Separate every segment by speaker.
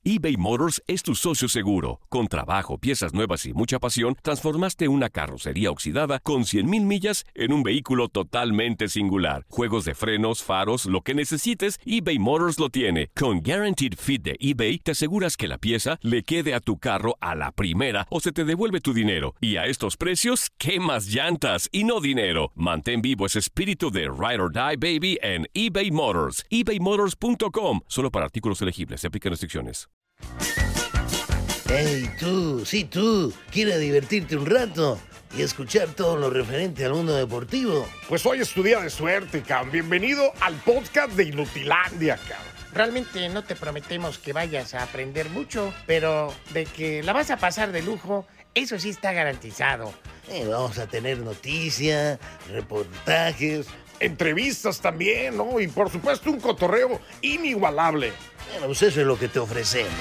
Speaker 1: eBay Motors es tu socio seguro. Con trabajo, piezas nuevas y mucha pasión, transformaste una carrocería oxidada con 100,000 millas en un vehículo totalmente singular. Juegos de frenos, faros, lo que necesites, eBay Motors lo tiene. Con Guaranteed Fit de eBay, te aseguras que la pieza le quede a tu carro a la primera o se te devuelve tu dinero. Y a estos precios, ¿qué más llantas y no dinero? Mantén vivo ese espíritu de Ride or Die, baby, en eBay Motors. ebaymotors.com. Solo para artículos elegibles. Se aplican restricciones.
Speaker 2: Hey, tú, sí tú, ¿quieres divertirte un rato y escuchar todo lo referente al mundo deportivo?
Speaker 3: Pues hoy es tu día de suerte, cabrón. Bienvenido al podcast de Inutilandia, cabrón.
Speaker 4: Realmente no te prometemos que vayas a aprender mucho, pero de que la vas a pasar de lujo, eso sí está garantizado.
Speaker 2: Vamos a tener noticias, reportajes,
Speaker 3: Entrevistas también, ¿no? Y por supuesto un cotorreo inigualable.
Speaker 2: Bueno, pues eso es lo que te ofrecemos.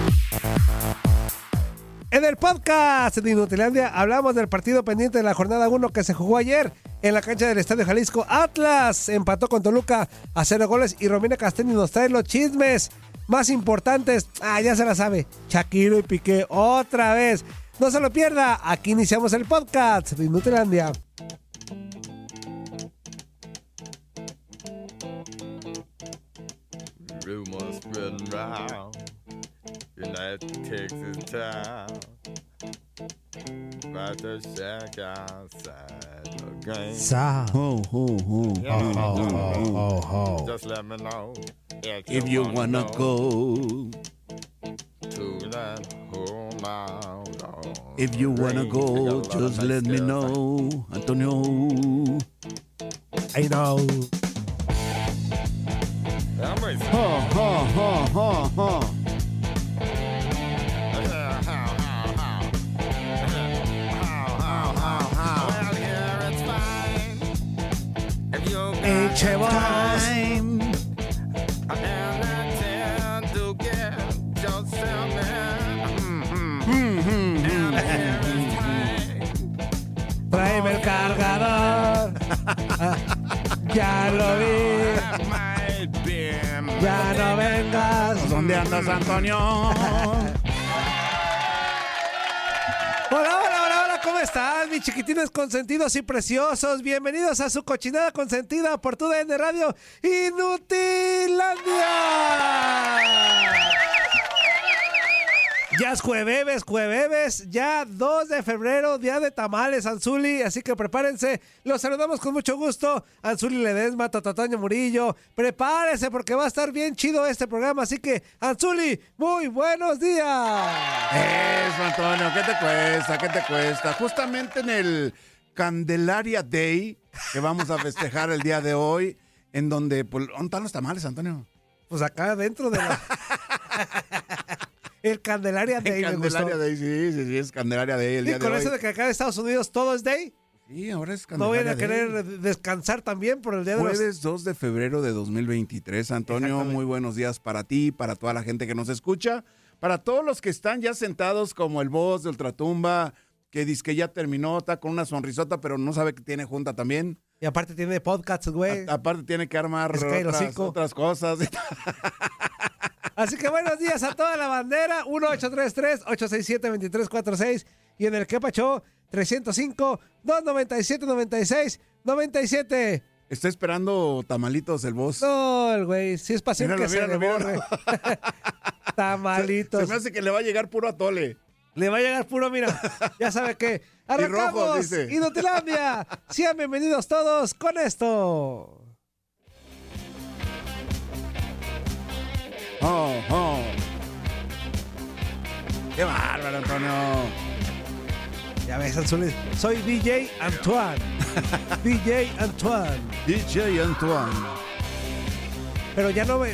Speaker 5: En el podcast de Inutilandia hablamos del partido pendiente de la jornada 1 que se jugó ayer en la cancha del Estadio Jalisco. Atlas empató con Toluca a 0 goles y Romina Castelli nos trae los chismes más importantes. Ya se la sabe, Shakiro y Piqué otra vez. No se lo pierda, aquí iniciamos el podcast de Inutilandia.
Speaker 6: Rumors spreading round United Texas town about to shack outside the game. Just let me know
Speaker 7: If you wanna go,
Speaker 6: to that whole mile long.
Speaker 7: if you wanna go, just let me know, Antonio.
Speaker 5: I know. Tráeme el cargador. Ya lo vi. Ya no vengas.
Speaker 7: ¿Dónde andas, Antonio?
Speaker 5: Hola, ¿cómo están, mis chiquitines consentidos y preciosos? Bienvenidos a su cochinada consentida por tu DN Radio Inutilandia. Ya es jueves, ya 2 de febrero, día de tamales, Anzuli, así que prepárense, los saludamos con mucho gusto, Anzuli Ledesma, Tototoño Murillo, prepárense porque va a estar bien chido este programa, así que, Anzuli, muy buenos días.
Speaker 7: Eso, Antonio, ¿qué te cuesta? Justamente en el Candelaria Day, que vamos a festejar el día de hoy, en donde, pues, ¿dónde están los tamales, Antonio?
Speaker 5: Pues acá dentro de la... El Candelaria Day,
Speaker 7: Candelaria Day, sí, es Candelaria Day el día de hoy.
Speaker 5: Y con eso de que acá en Estados Unidos todo es Day.
Speaker 7: Sí, ahora es
Speaker 5: No
Speaker 7: Candelaria
Speaker 5: vayan a
Speaker 7: Day.
Speaker 5: querer descansar también por el día de los...
Speaker 7: Jueves 2 de febrero de 2023, Antonio, muy buenos días para ti, para toda la gente que nos escucha, para todos los que están ya sentados como el boss de Ultratumba, que dice que ya terminó, está con una sonrisota, pero no sabe que tiene junta también.
Speaker 5: Y aparte tiene podcasts, güey.
Speaker 7: Aparte tiene que armar otras cosas.
Speaker 5: Así que buenos días a toda la bandera, 1-833-867-2346 y en el que pachó 305-297-96-97.
Speaker 7: Está esperando tamalitos el boss.
Speaker 5: No, el güey, si es pasión que se le borre. Tamalitos.
Speaker 7: Se me hace que le va a llegar puro atole.
Speaker 5: Le va a llegar puro, mira, ya sabe qué. Arrancamos,
Speaker 7: rojo, dice.
Speaker 5: Inutilandia. Sean bienvenidos todos con esto.
Speaker 7: Qué bárbaro, Antonio.
Speaker 5: Ya ves, Anzuli, soy DJ Antoine. DJ Antoine.
Speaker 7: DJ Antoine.
Speaker 5: Pero ya no me...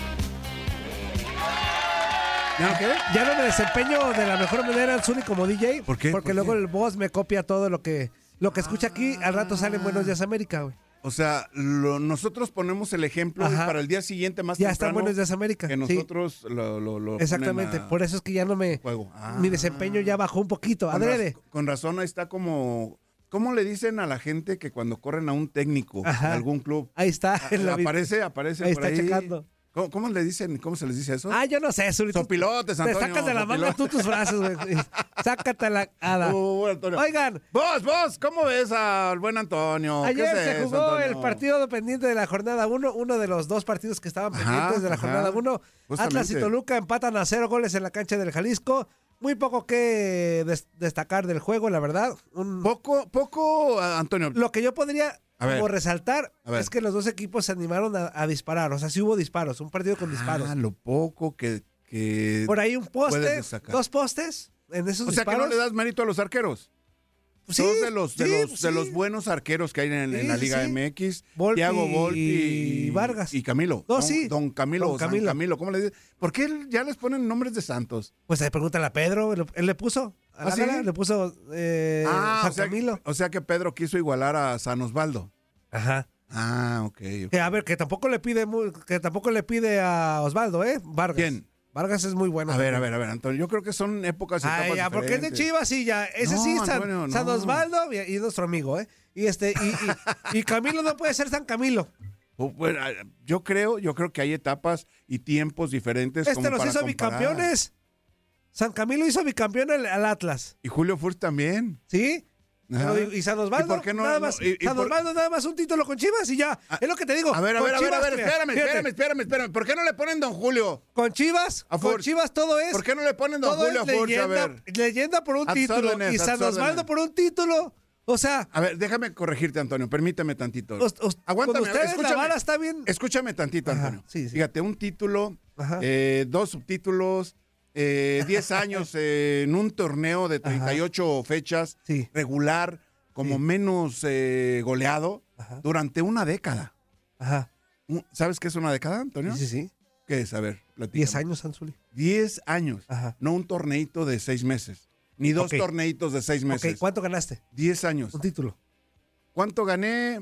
Speaker 7: ¿Ya no qué?
Speaker 5: Ya no me desempeño de la mejor manera, Anzuli, como DJ.
Speaker 7: ¿Por qué?
Speaker 5: Porque
Speaker 7: ¿Por
Speaker 5: luego
Speaker 7: qué?
Speaker 5: el boss me copia todo lo que escucha aquí. Al rato sale en Buenos Días América, güey.
Speaker 7: O sea, nosotros ponemos el ejemplo y para el día siguiente más
Speaker 5: ya está en
Speaker 7: temprano
Speaker 5: Buenos Días América.
Speaker 7: que nosotros lo
Speaker 5: exactamente, por eso es que ya no me...
Speaker 7: juego.
Speaker 5: Mi desempeño ya bajó un poquito, adrede.
Speaker 7: Con razón, ahí está como... ¿Cómo le dicen a la gente que cuando corren a un técnico de algún club?
Speaker 5: Ahí está.
Speaker 7: Aparece
Speaker 5: Ahí
Speaker 7: por
Speaker 5: está checando.
Speaker 7: ¿Cómo le dicen? ¿Cómo se les dice eso?
Speaker 5: Ah, yo no sé, Zuli.
Speaker 7: Sopilotes,
Speaker 5: Te
Speaker 7: Antonio.
Speaker 5: sacas de la manga
Speaker 7: sopilotes.
Speaker 5: tú tus frases, güey. Sácate la hada.
Speaker 7: Antonio.
Speaker 5: Oigan,
Speaker 7: Vos, ¿cómo ves al buen Antonio? ¿Qué
Speaker 5: ayer
Speaker 7: es
Speaker 5: se
Speaker 7: eso,
Speaker 5: jugó
Speaker 7: Antonio?
Speaker 5: el partido pendiente de la jornada 1, uno de los dos partidos que estaban pendientes de la jornada 1.
Speaker 7: Justamente.
Speaker 5: Atlas y Toluca empatan a 0 goles en la cancha del Jalisco. Muy poco que destacar del juego, la verdad.
Speaker 7: Poco, Antonio.
Speaker 5: Lo que yo podría
Speaker 7: A ver.
Speaker 5: como resaltar
Speaker 7: A ver.
Speaker 5: es que los dos equipos se animaron a disparar. O sea, sí hubo disparos, un partido con disparos.
Speaker 7: Lo poco que
Speaker 5: Por ahí un
Speaker 7: puedes
Speaker 5: poste,
Speaker 7: destacar.
Speaker 5: 2 postes en esos
Speaker 7: O sea,
Speaker 5: disparos.
Speaker 7: que no le das mérito a los arqueros.
Speaker 5: Pues sí,
Speaker 7: Dos de
Speaker 5: sí.
Speaker 7: los buenos arqueros que hay en
Speaker 5: Sí,
Speaker 7: la
Speaker 5: sí,
Speaker 7: Liga
Speaker 5: sí.
Speaker 7: MX,
Speaker 5: Volpi
Speaker 7: Thiago Volpi
Speaker 5: y Vargas.
Speaker 7: y Camilo.
Speaker 5: No, sí.
Speaker 7: Don Camilo,
Speaker 5: Don
Speaker 7: San
Speaker 5: Camilo.
Speaker 7: Camilo, ¿cómo le dicen? ¿Por qué ya les ponen nombres de santos?
Speaker 5: Pues ahí pregúntale a Pedro, él le puso. A la
Speaker 7: ¿Ah, sí?
Speaker 5: gala le puso San Camilo.
Speaker 7: o sea que Pedro quiso igualar a San Osvaldo.
Speaker 5: Ajá.
Speaker 7: Ah, ok.
Speaker 5: Que a ver, que tampoco le pide a Osvaldo, Vargas.
Speaker 7: ¿Quién?
Speaker 5: Vargas es muy bueno.
Speaker 7: A ver,
Speaker 5: también.
Speaker 7: Antonio, yo creo que son épocas y
Speaker 5: Ay,
Speaker 7: etapas
Speaker 5: ya, porque es de
Speaker 7: diferentes.
Speaker 5: Chivas, sí, ya. Ese
Speaker 7: No,
Speaker 5: sí,
Speaker 7: Antonio,
Speaker 5: San
Speaker 7: no.
Speaker 5: Osvaldo y nuestro amigo, y Camilo no puede ser San Camilo.
Speaker 7: Bueno, yo creo que hay etapas y tiempos diferentes. como
Speaker 5: Los
Speaker 7: para
Speaker 5: hizo
Speaker 7: comparar.
Speaker 5: bicampeones. San Camilo hizo bicampeón al Atlas,
Speaker 7: Y Julio Furch también.
Speaker 5: ¿sí?
Speaker 7: Ajá.
Speaker 5: Pero, y San Osvaldo,
Speaker 7: ¿Y por qué no-
Speaker 5: nada
Speaker 7: no-
Speaker 5: más,
Speaker 7: y
Speaker 5: San
Speaker 7: por-
Speaker 5: Osvaldo nada más un título con Chivas y ya. Es lo que te digo.
Speaker 7: A ver,
Speaker 5: con Chivas,
Speaker 7: espérame. ¿Por qué no le ponen Don Julio?
Speaker 5: Con Chivas,
Speaker 7: A
Speaker 5: con
Speaker 7: Furch.
Speaker 5: Chivas todo es.
Speaker 7: ¿Por qué no le ponen Don
Speaker 5: todo
Speaker 7: Julio a
Speaker 5: es
Speaker 7: Furch? A ver.
Speaker 5: leyenda por un
Speaker 7: A tus
Speaker 5: título
Speaker 7: órdenes,
Speaker 5: y
Speaker 7: a
Speaker 5: San
Speaker 7: tus
Speaker 5: Osvaldo
Speaker 7: órdenes.
Speaker 5: por un título. O sea,
Speaker 7: A ver, déjame corregirte, Antonio. Permíteme tantito.
Speaker 5: con ustedes la vara está bien.
Speaker 7: Escúchame tantito,
Speaker 5: Ajá,
Speaker 7: Antonio.
Speaker 5: sí.
Speaker 7: Fíjate, un título,
Speaker 5: Ajá.
Speaker 7: 2 subtítulos, 10 años en un torneo de 38 fechas,
Speaker 5: Sí.
Speaker 7: regular, como
Speaker 5: Sí.
Speaker 7: menos goleado,
Speaker 5: Ajá.
Speaker 7: durante una década.
Speaker 5: Ajá.
Speaker 7: ¿Sabes qué es una década, Antonio?
Speaker 5: Sí.
Speaker 7: ¿Qué es? A ver,
Speaker 5: 10
Speaker 7: platícame.
Speaker 5: años, Anzuli.
Speaker 7: 10 años.
Speaker 5: Ajá.
Speaker 7: No un torneito de 6 meses. Ni 2
Speaker 5: Ok.
Speaker 7: torneitos de 6 meses.
Speaker 5: Ok, ¿cuánto ganaste?
Speaker 7: 10 años.
Speaker 5: Un título.
Speaker 7: ¿Cuánto gané?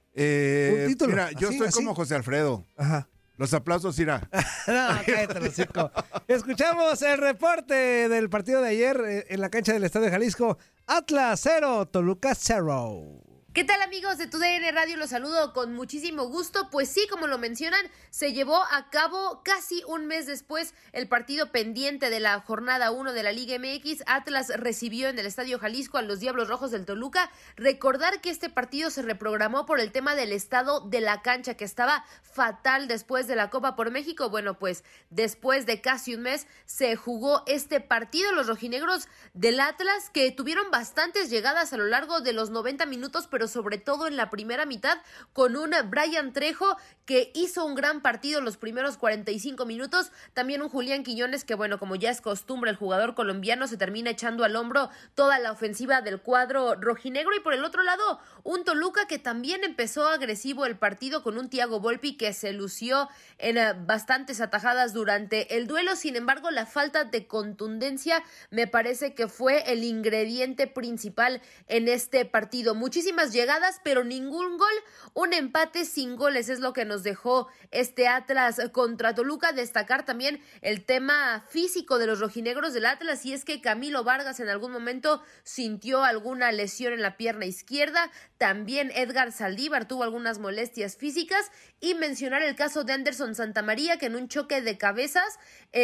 Speaker 5: Un título,
Speaker 7: Mira, yo
Speaker 5: así,
Speaker 7: estoy
Speaker 5: así.
Speaker 7: como José Alfredo.
Speaker 5: Ajá.
Speaker 7: Los aplausos, irá.
Speaker 5: No, cállate, los hocico. Escuchamos el reporte del partido de ayer en la cancha del Estadio de Jalisco. Atlas 0, Toluca 0.
Speaker 8: ¿Qué tal, amigos de TUDN Radio? Los saludo con muchísimo gusto. Pues sí, como lo mencionan, se llevó a cabo casi un mes después el partido pendiente de la jornada 1 de la Liga MX. Atlas recibió en el Estadio Jalisco a los Diablos Rojos del Toluca. Recordar que este partido se reprogramó por el tema del estado de la cancha, que estaba fatal después de la Copa por México. Bueno, pues después de casi un mes se jugó este partido. Los rojinegros del Atlas, que tuvieron bastantes llegadas a lo largo de los 90 minutos, pero sobre todo en la primera mitad, con un Brian Trejo que hizo un gran partido los primeros 45 minutos, también un Julián Quiñones que, bueno, como ya es costumbre, el jugador colombiano se termina echando al hombro toda la ofensiva del cuadro rojinegro, y por el otro lado, un Toluca que también empezó agresivo el partido con un Thiago Volpi que se lució en bastantes atajadas durante el duelo. Sin embargo, la falta de contundencia me parece que fue el ingrediente principal en este partido. Muchísimas llegadas, pero ningún gol. Un empate sin goles es lo que nos dejó este Atlas contra Toluca. Destacar también el tema físico de los rojinegros del Atlas, y es que Camilo Vargas en algún momento sintió alguna lesión en la pierna izquierda. También Edgar Saldívar tuvo algunas molestias físicas, y mencionar el caso de Anderson Santamaría, que en un choque de cabezas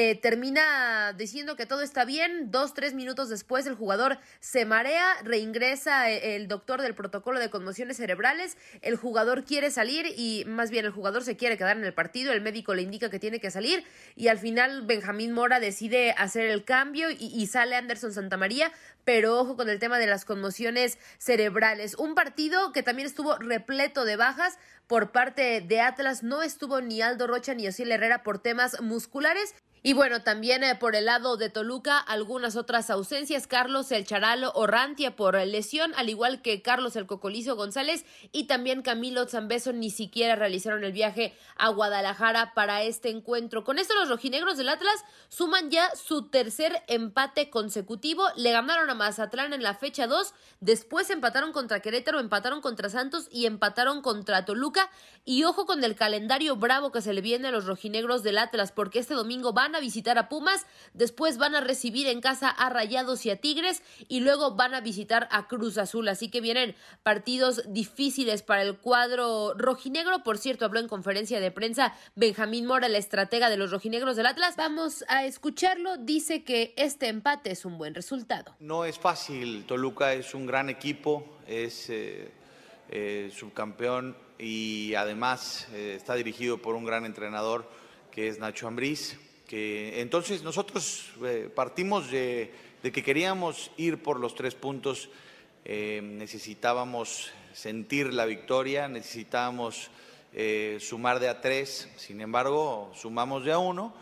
Speaker 8: termina diciendo que todo está bien. 2-3 minutos después el jugador se marea, reingresa el doctor del protocolo de conmociones cerebrales. El jugador quiere salir, y más bien el jugador se quiere quedar en el partido. El médico le indica que tiene que salir, y al final Benjamín Mora decide hacer el cambio y sale Anderson Santamaría, pero ojo con el tema de las conmociones cerebrales. Un partido que también estuvo repleto de bajas por parte de Atlas. No estuvo ni Aldo Rocha ni Osiel Herrera por temas musculares. Y bueno, también por el lado de Toluca, algunas otras ausencias. Carlos El Charalo Orrantia por lesión, al igual que Carlos El Cocolizo González y también Camilo Zambeso, ni siquiera realizaron el viaje a Guadalajara para este encuentro. Con esto los rojinegros del Atlas suman ya su tercer empate consecutivo. Le ganaron a Mazatlán en la fecha 2, después empataron contra Querétaro, empataron contra Santos y empataron contra Toluca. Toluca. Y ojo con el calendario bravo que se le viene a los rojinegros del Atlas, porque este domingo van a visitar a Pumas, después van a recibir en casa a Rayados y a Tigres, y luego van a visitar a Cruz Azul. Así que vienen partidos difíciles para el cuadro rojinegro. Por cierto, habló en conferencia de prensa Benjamín Mora, el estratega de los rojinegros del Atlas. Vamos a escucharlo. Dice que este empate es un buen resultado.
Speaker 9: No es fácil. Toluca es un gran equipo, es subcampeón y además está dirigido por un gran entrenador que es Nacho Ambriz. Entonces nosotros partimos de que queríamos ir por los 3 puntos, necesitábamos sentir la victoria, necesitábamos sumar de a 3, sin embargo sumamos de a 1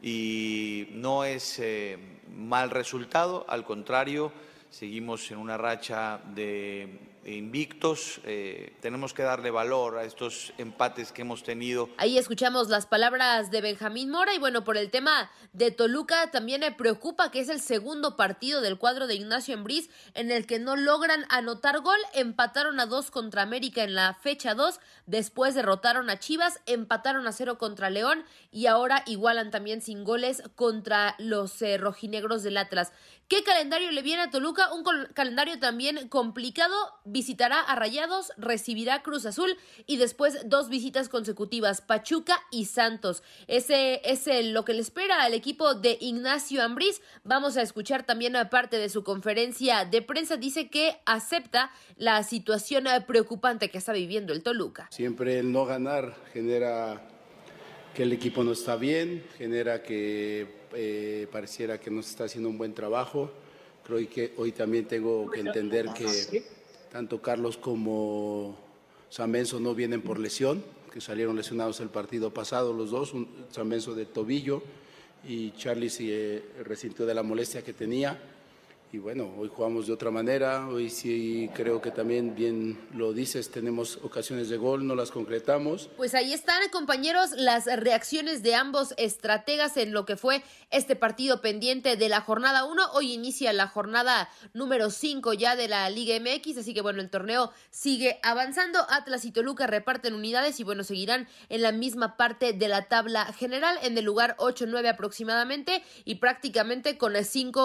Speaker 9: y no es mal resultado, al contrario, seguimos en una racha de invictos, tenemos que darle valor a estos empates que hemos tenido.
Speaker 8: Ahí escuchamos las palabras de Benjamín Mora y bueno, por el tema de Toluca también me preocupa que es el segundo partido del cuadro de Ignacio Ambriz en el que no logran anotar gol. Empataron a 2 contra América en la fecha 2, después derrotaron a Chivas, empataron a 0 contra León y ahora igualan también sin goles contra los rojinegros del Atlas. ¿Qué calendario le viene a Toluca? Un calendario también complicado. Visitará a Rayados, recibirá a Cruz Azul y después 2 visitas consecutivas, Pachuca y Santos. Ese es lo que le espera al equipo de Ignacio Ambriz. Vamos a escuchar también parte de su conferencia de prensa. Dice que acepta la situación preocupante que está viviendo el Toluca.
Speaker 10: Siempre el no ganar genera que el equipo no está bien, genera que pareciera que no se está haciendo un buen trabajo. Creo que hoy también tengo que entender que tanto Carlos como Samenso no vienen por lesión, que salieron lesionados el partido pasado los dos, Samenso de tobillo y Charlie se resintió de la molestia que tenía. Y bueno, hoy jugamos de otra manera, hoy sí creo que también, bien lo dices, tenemos ocasiones de gol, no las concretamos.
Speaker 8: Pues ahí están, compañeros, las reacciones de ambos estrategas en lo que fue este partido pendiente de la jornada 1. Hoy inicia la jornada número 5 ya de la Liga MX, así que bueno, el torneo sigue avanzando. Atlas y Toluca reparten unidades y bueno, seguirán en la misma parte de la tabla general, en el lugar 8-9 aproximadamente y prácticamente con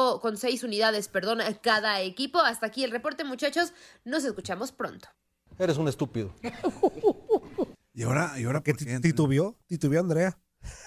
Speaker 8: 6 unidades, cada equipo. Hasta aquí el reporte, muchachos. Nos escuchamos pronto.
Speaker 11: Eres un estúpido.
Speaker 7: ¿Y ahora
Speaker 5: ¿Qué titubeó Andrea?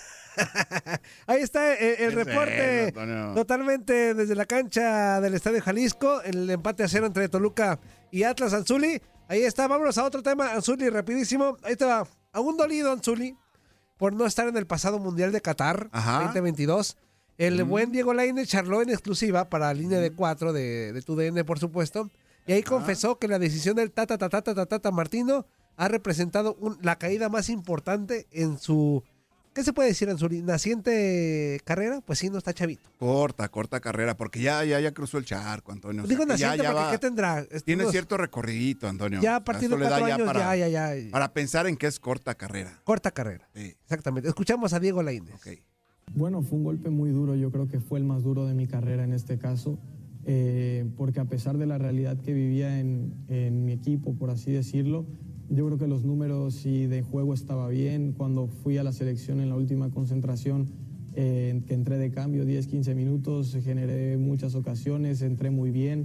Speaker 5: Ahí está el reporte totalmente desde la cancha del Estadio Jalisco, el empate a 0 entre Toluca y Atlas. Anzuli, ahí está, vámonos a otro tema, Anzuli, rapidísimo. Ahí te va, aún dolido Anzuli por no estar en el pasado Mundial de Qatar 2022. El buen Diego Lainez charló en exclusiva para Línea de 4 de TUDN, por supuesto, y ahí confesó que la decisión del Tata Martino ha representado la caída más importante en su, ¿qué se puede decir, en su naciente carrera? Pues sí, no está chavito.
Speaker 7: Corta carrera, porque ya cruzó el charco, Antonio.
Speaker 5: Digo naciente porque ¿qué tendrá?
Speaker 7: Tiene cierto recorrido, Antonio.
Speaker 5: Ya a partir de 4 años, ya.
Speaker 7: Para pensar en que es corta carrera.
Speaker 5: Corta carrera, sí. Exactamente. Escuchamos a Diego Lainez.
Speaker 7: Okay.
Speaker 12: Bueno, fue un golpe muy duro, yo creo que fue el más duro de mi carrera en este caso, porque a pesar de la realidad que vivía en mi equipo, por así decirlo, yo creo que los números y de juego estaba bien. Cuando fui a la selección en la última concentración, que entré de cambio 10-15 minutos, generé muchas ocasiones, entré muy bien.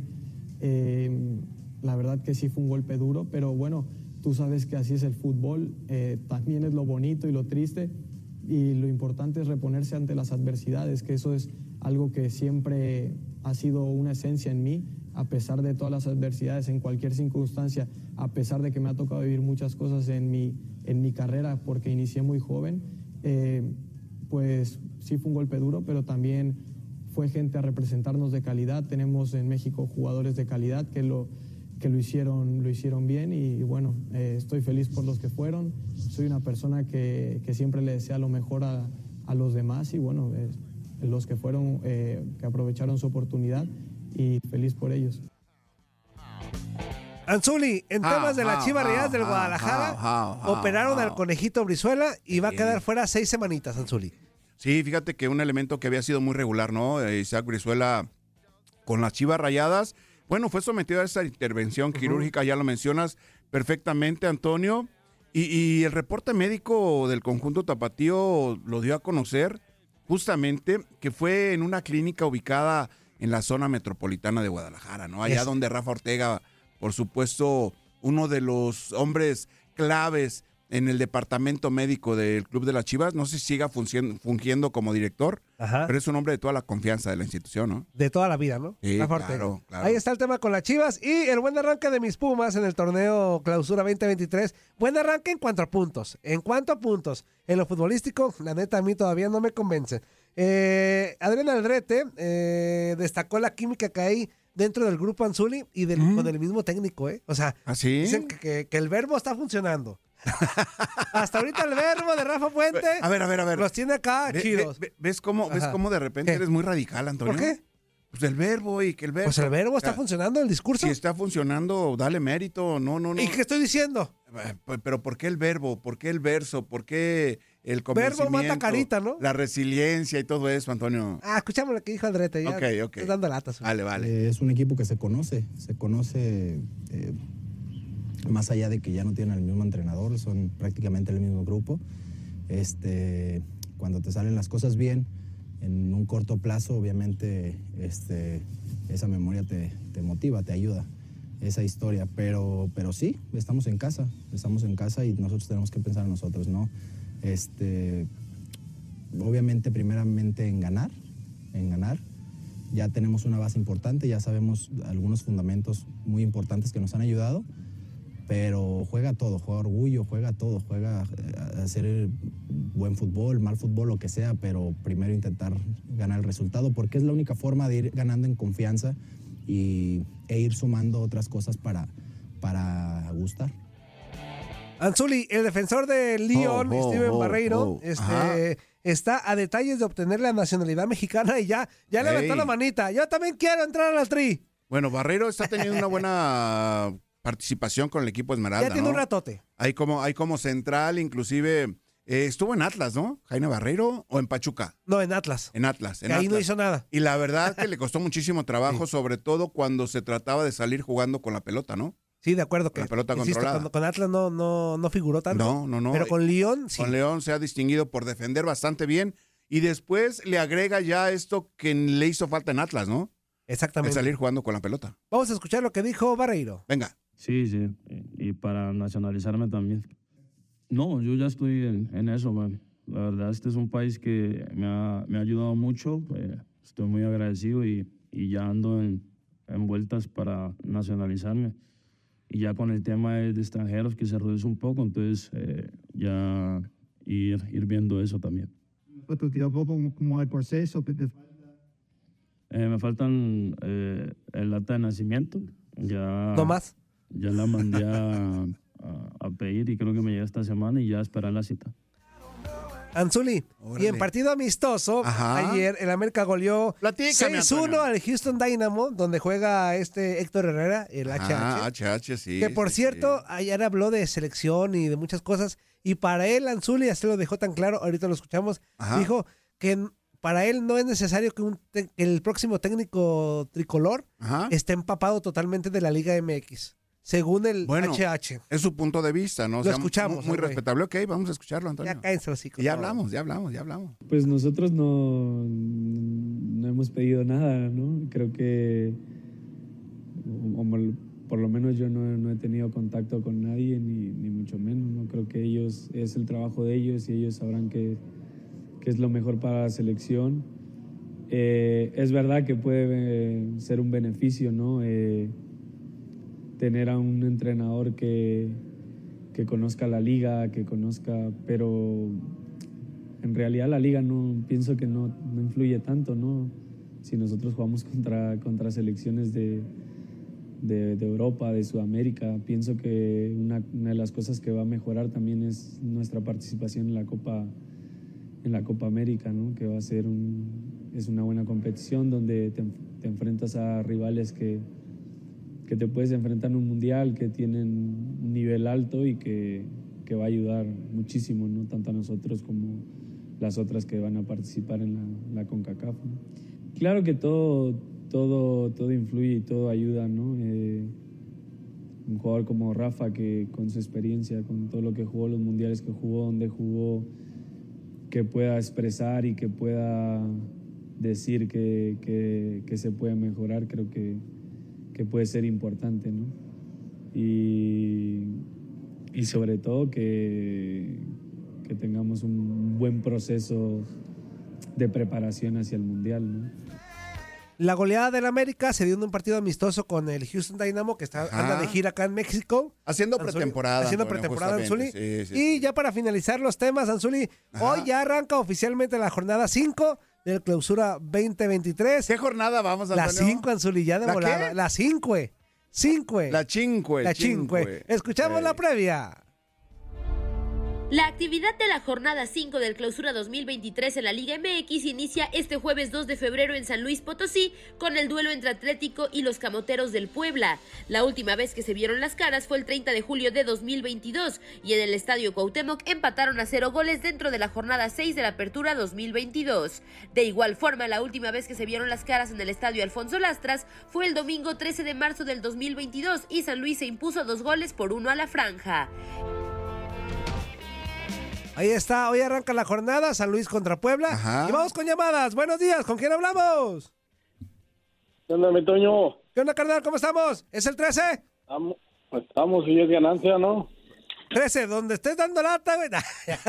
Speaker 12: La verdad que sí fue un golpe duro, pero bueno, tú sabes que así es el fútbol, también es lo bonito y lo triste. Y lo importante es reponerse ante las adversidades, que eso es algo que siempre ha sido una esencia en mí, a pesar de todas las adversidades, en cualquier circunstancia, a pesar de que me ha tocado vivir muchas cosas en mi carrera, porque inicié muy joven, pues sí fue un golpe duro, pero también fue gente a representarnos de calidad. Tenemos en México jugadores de calidad que lo hicieron bien y bueno, estoy feliz por los que fueron. Soy una persona que siempre le desea lo mejor a los demás y bueno, los que fueron, que aprovecharon su oportunidad y feliz por ellos.
Speaker 5: Anzuli, en temas de las Chivas Rayadas del Guadalajara, operaron al Conejito Brizuela y va a quedar fuera 6 semanitas, Anzuli.
Speaker 7: Sí, fíjate que un elemento que había sido muy regular, ¿no? Isaac Brizuela con las Chivas Rayadas. Bueno, fue sometido a esa intervención quirúrgica, ya lo mencionas perfectamente, Antonio. Y el reporte médico del conjunto tapatío lo dio a conocer justamente que fue en una clínica ubicada en la zona metropolitana de Guadalajara, ¿no? Allá donde Rafa Ortega, por supuesto, uno de los hombres claves en el departamento médico del Club de las Chivas, no sé si siga fungiendo como director, pero es un hombre de toda la confianza de la institución, ¿no?
Speaker 5: De toda la vida, ¿no?
Speaker 7: Sí,
Speaker 5: Rafa Ortega.
Speaker 7: claro.
Speaker 5: Ahí está el tema con las Chivas y el buen arranque de mis Pumas en el torneo Clausura 2023. Buen arranque en cuanto a puntos. En lo futbolístico, la neta, a mí todavía no me convence. Adrián Aldrete destacó la química que hay dentro del grupo Anzuli y con el mismo técnico, ¿eh? O sea, dicen que el verbo está funcionando. Hasta ahorita el verbo de Rafa Puente.
Speaker 7: A ver.
Speaker 5: Los tiene acá chidos.
Speaker 7: ¿Ves cómo de repente eres muy radical, Antonio?
Speaker 5: ¿Por qué?
Speaker 7: Pues el verbo y que el verbo.
Speaker 5: Pues el verbo está funcionando, el discurso.
Speaker 7: Si está funcionando, dale mérito. No.
Speaker 5: ¿Y qué estoy diciendo?
Speaker 7: Pero ¿por qué el verbo? ¿Por qué el verso? ¿Por qué el convencimiento?
Speaker 5: Verbo mata carita, ¿no?
Speaker 7: La resiliencia y todo eso, Antonio.
Speaker 5: Escuchamos lo que dijo Aldrete. Ya
Speaker 7: Ok.
Speaker 5: Estoy dando latas.
Speaker 11: Vale. Es un equipo que se conoce más allá de que ya no tienen el mismo entrenador, son prácticamente el mismo grupo. Cuando te salen las cosas bien, en un corto plazo, obviamente, esa memoria te motiva, te ayuda, esa historia. Pero sí, estamos en casa y nosotros tenemos que pensar en nosotros, ¿no? Obviamente, primeramente en ganar. Ya tenemos una base importante, ya sabemos algunos fundamentos muy importantes que nos han ayudado. Pero juega todo, juega orgullo, juega todo, juega a hacer buen fútbol, mal fútbol, lo que sea, pero primero intentar ganar el resultado, porque es la única forma de ir ganando en confianza e ir sumando otras cosas para gustar.
Speaker 5: Anzuli, el defensor de Lyon, Steven Barreiro, está a detalles de obtener la nacionalidad mexicana y ya levantó la manita. Yo también quiero entrar a la tri.
Speaker 7: Bueno, Barreiro está teniendo una buena participación con el equipo Esmeralda,
Speaker 5: ya tiene un ratote.
Speaker 7: Hay como central, inclusive estuvo en Atlas, ¿no? Jaime Barreiro, o en Pachuca.
Speaker 5: No, en Atlas.
Speaker 7: En Atlas.
Speaker 5: Ahí no hizo nada.
Speaker 7: Y la verdad que le costó muchísimo trabajo, sobre todo cuando se trataba de salir jugando con la pelota, ¿no?
Speaker 5: Sí, de acuerdo.
Speaker 7: La pelota controlada.
Speaker 5: Con Atlas no figuró tanto.
Speaker 7: No.
Speaker 5: Pero con Lyon sí.
Speaker 7: Con León se ha distinguido por defender bastante bien y después le agrega ya esto que le hizo falta en Atlas, ¿no?
Speaker 5: Exactamente.
Speaker 7: El salir jugando con la pelota.
Speaker 5: Vamos a escuchar lo que dijo Barreiro.
Speaker 7: Venga.
Speaker 13: Sí, y para nacionalizarme también. No, yo ya estoy en eso, man. La verdad, este es un país que me ha ayudado mucho. Estoy muy agradecido y ya ando en vueltas para nacionalizarme. Y ya con el tema de extranjeros que se reduce un poco, entonces ya ir viendo eso también.
Speaker 14: ¿Cómo el proceso?
Speaker 13: Me faltan el acta de nacimiento. Ya,
Speaker 5: ¿no más?
Speaker 13: Ya la mandé a pedir y creo que me llega esta semana y ya esperar la cita.
Speaker 5: Anzuli, y en partido amistoso, ayer el América goleó 6-1 al Houston Dynamo, donde juega Héctor Herrera, el HH.
Speaker 7: HH, sí.
Speaker 5: Que por cierto, ayer habló de selección y de muchas cosas, y para él, Anzuli, así lo dejó tan claro, ahorita lo escuchamos, dijo que para él no es necesario que el próximo técnico tricolor esté empapado totalmente de la Liga MX. Según el HH.
Speaker 7: Es su punto de vista, ¿no?
Speaker 5: Lo escuchamos.
Speaker 7: Muy respetable. Ok, vamos a escucharlo, Antonio.
Speaker 5: Ya cállense los hijos.
Speaker 7: Ya hablamos.
Speaker 15: Pues nosotros no hemos pedido nada, ¿no? Creo que, por lo menos yo no he tenido contacto con nadie, ni mucho menos, ¿no? Creo que es el trabajo de ellos y ellos sabrán que es lo mejor para la selección. Es verdad que puede ser un beneficio, ¿no? Tener a un entrenador que conozca la liga, pero en realidad la liga pienso que no influye tanto, ¿no? Si nosotros jugamos contra selecciones de Europa, de Sudamérica, pienso que una de las cosas que va a mejorar también es nuestra participación en la Copa América, ¿no? Que va a ser es una buena competición donde te enfrentas a rivales que te puedes enfrentar en un mundial, que tienen un nivel alto y que va a ayudar muchísimo, ¿no? Tanto a nosotros como las otras que van a participar en la CONCACAF, ¿no? Claro que todo influye y todo ayuda, ¿no? un jugador como Rafa, que con su experiencia, con todo lo que jugó, los mundiales que jugó, donde jugó, que pueda expresar y que pueda decir que se puede mejorar, creo que puede ser importante, ¿no? Y sobre todo que tengamos un buen proceso de preparación hacia el Mundial, ¿no?
Speaker 5: La goleada del América se dio en un partido amistoso con el Houston Dynamo, que anda de gira acá en México.
Speaker 7: Haciendo pretemporada.
Speaker 5: Anzuli.
Speaker 7: Sí.
Speaker 5: Y ya para finalizar los temas, Anzuli, hoy ya arranca oficialmente la jornada 5 del Clausura 2023.
Speaker 7: ¿Qué jornada vamos, Antonio?
Speaker 5: La 5, Anzuli, ya de volada. La 5. La 5. Escuchamos la previa.
Speaker 8: La actividad de la jornada 5 del Clausura 2023 en la Liga MX inicia este jueves 2 de febrero en San Luis Potosí con el duelo entre Atlético y los Camoteros del Puebla. La última vez que se vieron las caras fue el 30 de julio de 2022 y en el Estadio Cuauhtémoc empataron a 0 goles dentro de la jornada 6 de la Apertura 2022. De igual forma, la última vez que se vieron las caras en el Estadio Alfonso Lastras fue el domingo 13 de marzo del 2022 y San Luis se impuso 2-1 a la franja.
Speaker 5: Ahí está, hoy arranca la jornada, San Luis contra Puebla. Ajá. Y vamos con llamadas. Buenos días, ¿con quién hablamos?
Speaker 16: ¿Qué onda, mi Toño?
Speaker 5: ¿Qué onda, carnal? ¿Cómo estamos? ¿Es el 13?
Speaker 16: Estamos y es ganancia, ¿no?
Speaker 5: 13, donde estés dando lata, güey.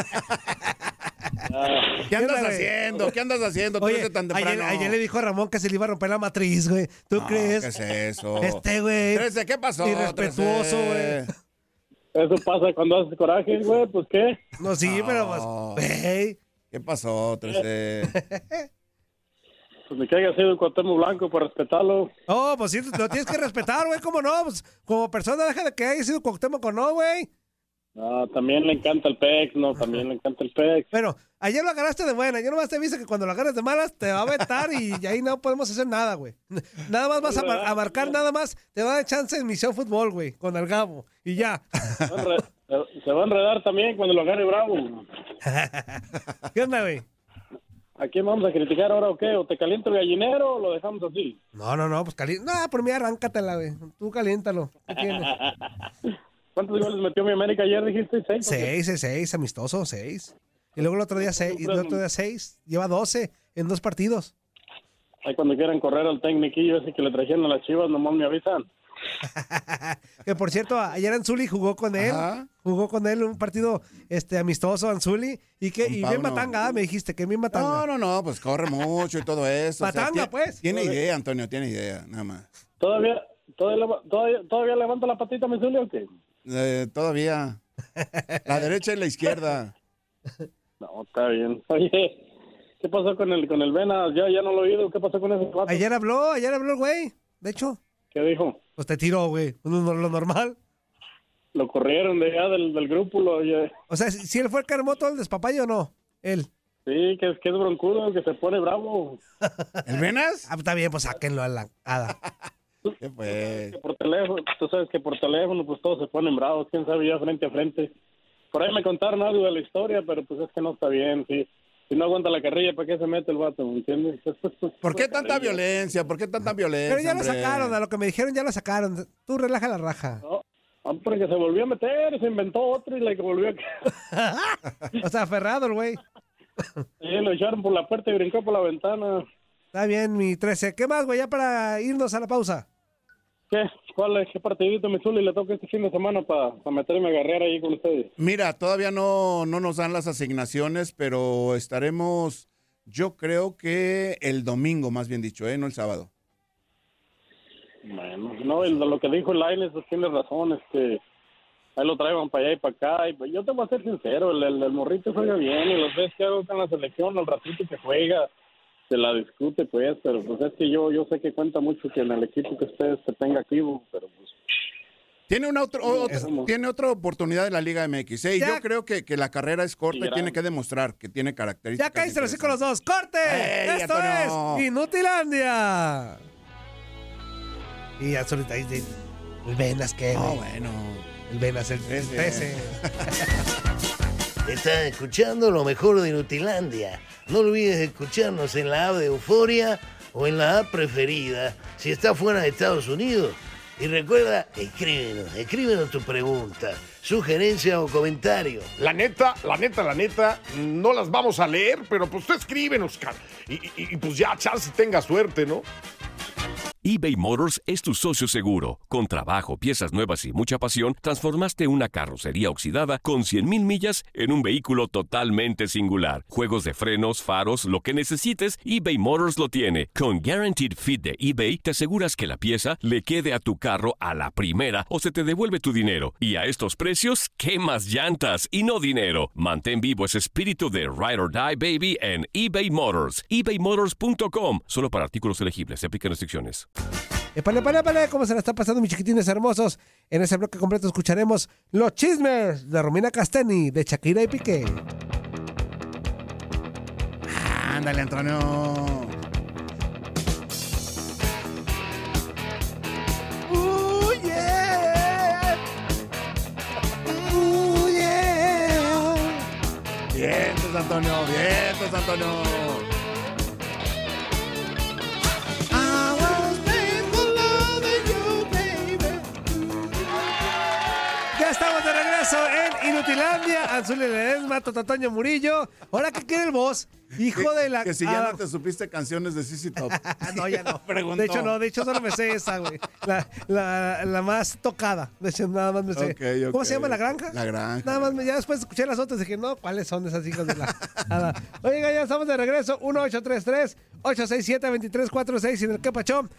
Speaker 7: ¿Qué andas haciendo? ¿Qué andas haciendo?
Speaker 5: Oye,
Speaker 7: tan temprano.
Speaker 5: Ayer le dijo a Ramón que se le iba a romper la matriz, güey. ¿Tú crees?
Speaker 7: ¿Qué es eso?
Speaker 5: Güey.
Speaker 7: 13, ¿qué pasó?
Speaker 5: Irrespetuoso, güey.
Speaker 16: Eso pasa cuando haces coraje, güey, pues ¿qué?
Speaker 5: No, sí, pero pues, güey.
Speaker 7: ¿Qué pasó, 13?
Speaker 16: Pues me caiga sido el Cuauhtémoc Blanco por respetarlo.
Speaker 5: Oh, pues sí, lo tienes que respetar, güey, ¿cómo no? Pues, como persona, deja de que haya sido Cuauhtémoc o no, güey.
Speaker 16: No, también le encanta el PEX, ¿no? También le encanta el PEX.
Speaker 5: Bueno, ayer lo agarraste de buena. Yo nomás te aviso que cuando lo agarres de malas te va a vetar y ahí no podemos hacer nada, güey. Nada más vas a marcar, nada más te va a dar chance en Misión Fútbol, güey, con el Gabo. Y ya.
Speaker 16: Se va a enredar también cuando lo agarre Bravo.
Speaker 5: ¿Qué onda, güey?
Speaker 16: ¿A quién vamos a criticar ahora o qué? ¿O te caliento el gallinero o lo dejamos así?
Speaker 5: No, pues calienta. No, por mí arráncatela, güey. Tú caliéntalo. ¿Qué tienes?
Speaker 16: ¿Cuántos goles metió mi América ayer, dijiste?
Speaker 5: 6, amistoso, 6. Y luego el otro día 6, y el otro día 6. Lleva 12 en 2 partidos.
Speaker 16: Ahí cuando quieran correr al técnico ese que le trajeron a las Chivas, nomás me avisan.
Speaker 5: Que por cierto, ayer Anzuli jugó con él. Ajá. Jugó con él un partido amistoso, Anzuli. Y bien matanga, me dijiste, que bien matanga.
Speaker 7: No, pues corre mucho y todo eso.
Speaker 5: Matanga, o sea,
Speaker 7: pues. Tiene idea, Antonio, tiene idea, nada más.
Speaker 16: ¿Todavía levanta la patita, mi Zulio, o qué?
Speaker 7: Todavía. La derecha y la izquierda.
Speaker 16: No, está bien. Oye, ¿qué pasó con el Venas? Ya no lo he oído. ¿Qué pasó con ese vato?
Speaker 5: Ayer habló el güey. De hecho.
Speaker 16: ¿Qué dijo?
Speaker 5: Pues te tiró, güey. Lo normal.
Speaker 16: Lo corrieron de allá del grupo.
Speaker 5: O sea, si él fue el que armó todo el despapalle o no. Él.
Speaker 16: Sí, que es broncudo, que se pone bravo.
Speaker 7: ¿El Venas?
Speaker 5: Está bien, pues sáquenlo a la hada.
Speaker 7: ¿Qué fue?
Speaker 16: Tú sabes que por teléfono pues todos se ponen bravos, quién sabe ya frente a frente. Por ahí me contaron algo de la historia, pero pues es que no está bien, sí. Si no aguanta la carrilla, ¿para qué se mete el vato? ¿Me entiendes?
Speaker 7: ¿Por qué tanta violencia?
Speaker 5: Pero ya lo sacaron, a lo que me dijeron ya lo sacaron. Tú relaja la raja.
Speaker 16: No, porque se volvió a meter, se inventó otro y le volvió a...
Speaker 5: O sea, aferrado el güey.
Speaker 16: Sí, lo echaron por la puerta y brincó por la ventana.
Speaker 5: Está bien, mi 13. ¿Qué más, güey? Ya para irnos a la pausa.
Speaker 16: ¿Qué partidito, mi Zuli, le toca este fin de semana para meterme a guerrear ahí con ustedes?
Speaker 7: Mira, todavía no nos dan las asignaciones, pero estaremos, yo creo que el domingo, más bien dicho, no el sábado.
Speaker 16: Bueno, no, lo que dijo el Lainez, pues tiene razón, ahí lo traigan para allá y para acá, y pues yo te voy a ser sincero, el morrito juega bien, y los ves que hago con la selección, al ratito que juega, se la discute, pues, pero pues es que yo sé que cuenta mucho que en el equipo que ustedes se tenga activo, pero pues...
Speaker 7: Tiene otra oportunidad en la Liga MX, ¿eh? Yo creo que la carrera es corta y tiene que demostrar que tiene características.
Speaker 5: Ya caíste así con los dos. ¡Corte! ¡Esto es Inutilandia! Y ya solita dice el Venas, que
Speaker 7: bueno.
Speaker 5: El Venas, el 13.
Speaker 2: Estás escuchando lo mejor de Inutilandia. No olvides escucharnos en la app de Euforia o en la app preferida si estás fuera de Estados Unidos. Y recuerda, escríbenos tu pregunta, sugerencia o comentario.
Speaker 3: La neta, no las vamos a leer, pero pues tú escríbenos, cara. Y pues ya, chance tenga suerte, ¿no?
Speaker 1: eBay Motors es tu socio seguro. Con trabajo, piezas nuevas y mucha pasión, transformaste una carrocería oxidada con 100,000 millas en un vehículo totalmente singular. Juegos de frenos, faros, lo que necesites, eBay Motors lo tiene. Con Guaranteed Fit de eBay, te aseguras que la pieza le quede a tu carro a la primera o se te devuelve tu dinero. Y a estos precios, ¿quemas llantas y no dinero? Mantén vivo ese espíritu de Ride or Die, baby, en eBay Motors. ebaymotors.com. Solo para artículos elegibles. Se aplican restricciones.
Speaker 5: Epale, ¿cómo se la está pasando, mis chiquitines hermosos? En ese bloque completo escucharemos los chismes de Romina Castelli, de Shakira y Piqué.
Speaker 7: Ándale, Antonio.
Speaker 5: Yeah. Yeah.
Speaker 7: Vientos, Antonio.
Speaker 5: Ya estamos de regreso en Inutilandia. Anzuli Ledesma, Toño Murillo. Ahora, ¿qué quiere el boss? Hijo de la...
Speaker 7: Que si ya no te supiste canciones de CC Top.
Speaker 5: No, ya no.
Speaker 7: Preguntó.
Speaker 5: De hecho solo me sé esa, güey. La más tocada. De hecho, nada más me sé.
Speaker 7: Okay.
Speaker 5: ¿Cómo se llama? ¿La Granja?
Speaker 7: La Granja.
Speaker 5: Nada más, ya después escuché las otras y dije, no, ¿cuáles son esas hijas de la... Oiga, ya estamos de regreso. 1-833-867-2346 y en el Quepachón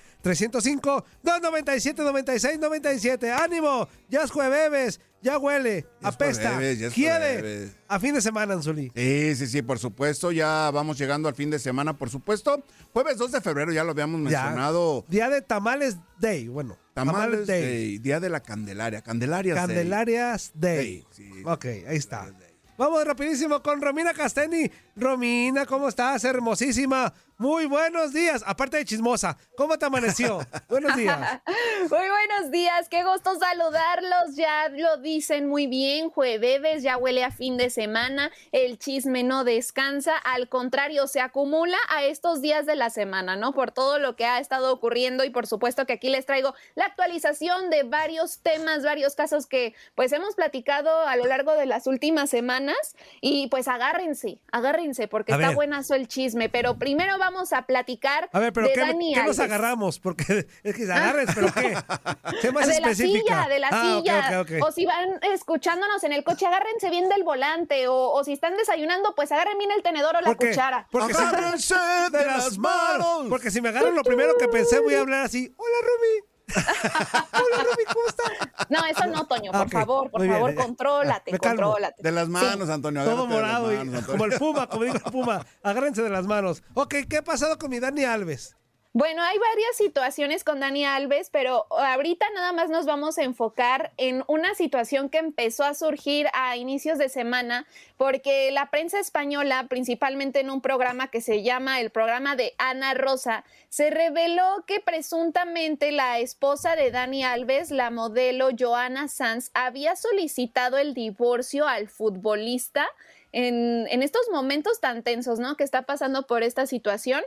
Speaker 5: 305-297-9697. ¡Ánimo! Ya es jueves. Ya huele, apesta, quiere a fin de semana, Anzuli.
Speaker 7: Sí, por supuesto, ya vamos llegando al fin de semana, por supuesto. Jueves 2 de febrero, ya lo habíamos mencionado.
Speaker 5: Día de Tamales Day, bueno.
Speaker 7: Tamales Day. Día de la Candelaria, Candelarias
Speaker 5: Day. Sí. Ok, ahí está. Vamos rapidísimo con Romina Castelli. Romina, ¿cómo estás? Hermosísima. Muy buenos días. Aparte de chismosa, ¿cómo te amaneció? Buenos días.
Speaker 17: Muy buenos días. Qué gusto saludarlos. Ya lo dicen muy bien. Jueves, ya huele a fin de semana. El chisme no descansa. Al contrario, se acumula a estos días de la semana, ¿no? Por todo lo que ha estado ocurriendo y por supuesto que aquí les traigo la actualización de varios temas, varios casos que pues hemos platicado a lo largo de las últimas semanas y pues agárrense porque está buenazo el chisme. Pero primero vamos a platicar
Speaker 5: pero
Speaker 17: de
Speaker 5: Dani Alves. ¿Qué nos agarramos? Porque es que se agarres, ¿pero qué? Sé más específica.
Speaker 17: De la silla.
Speaker 5: Okay.
Speaker 17: O si van escuchándonos en el coche, agárrense bien del volante. O si están desayunando, pues agarren bien el tenedor o la cuchara.
Speaker 5: Porque agárrense de las manos. Porque si me agarran, lo primero que pensé, voy a hablar así. Hola, Rumi. Hola, Rumi, ¿cómo estás?
Speaker 17: No, eso no, Toño, por favor, contrólate.
Speaker 7: De las manos, Antonio.
Speaker 5: Todo morado, como el Puma, como digo el Puma. Agárrense de las manos. Ok, ¿qué ha pasado con mi Dani Alves?
Speaker 17: Bueno, hay varias situaciones con Dani Alves, pero ahorita nada más nos vamos a enfocar en una situación que empezó a surgir a inicios de semana, porque la prensa española, principalmente en un programa que se llama el programa de Ana Rosa, se reveló que presuntamente la esposa de Dani Alves, la modelo Joana Sanz, había solicitado el divorcio al futbolista en estos momentos tan tensos, ¿no? Que está pasando por esta situación,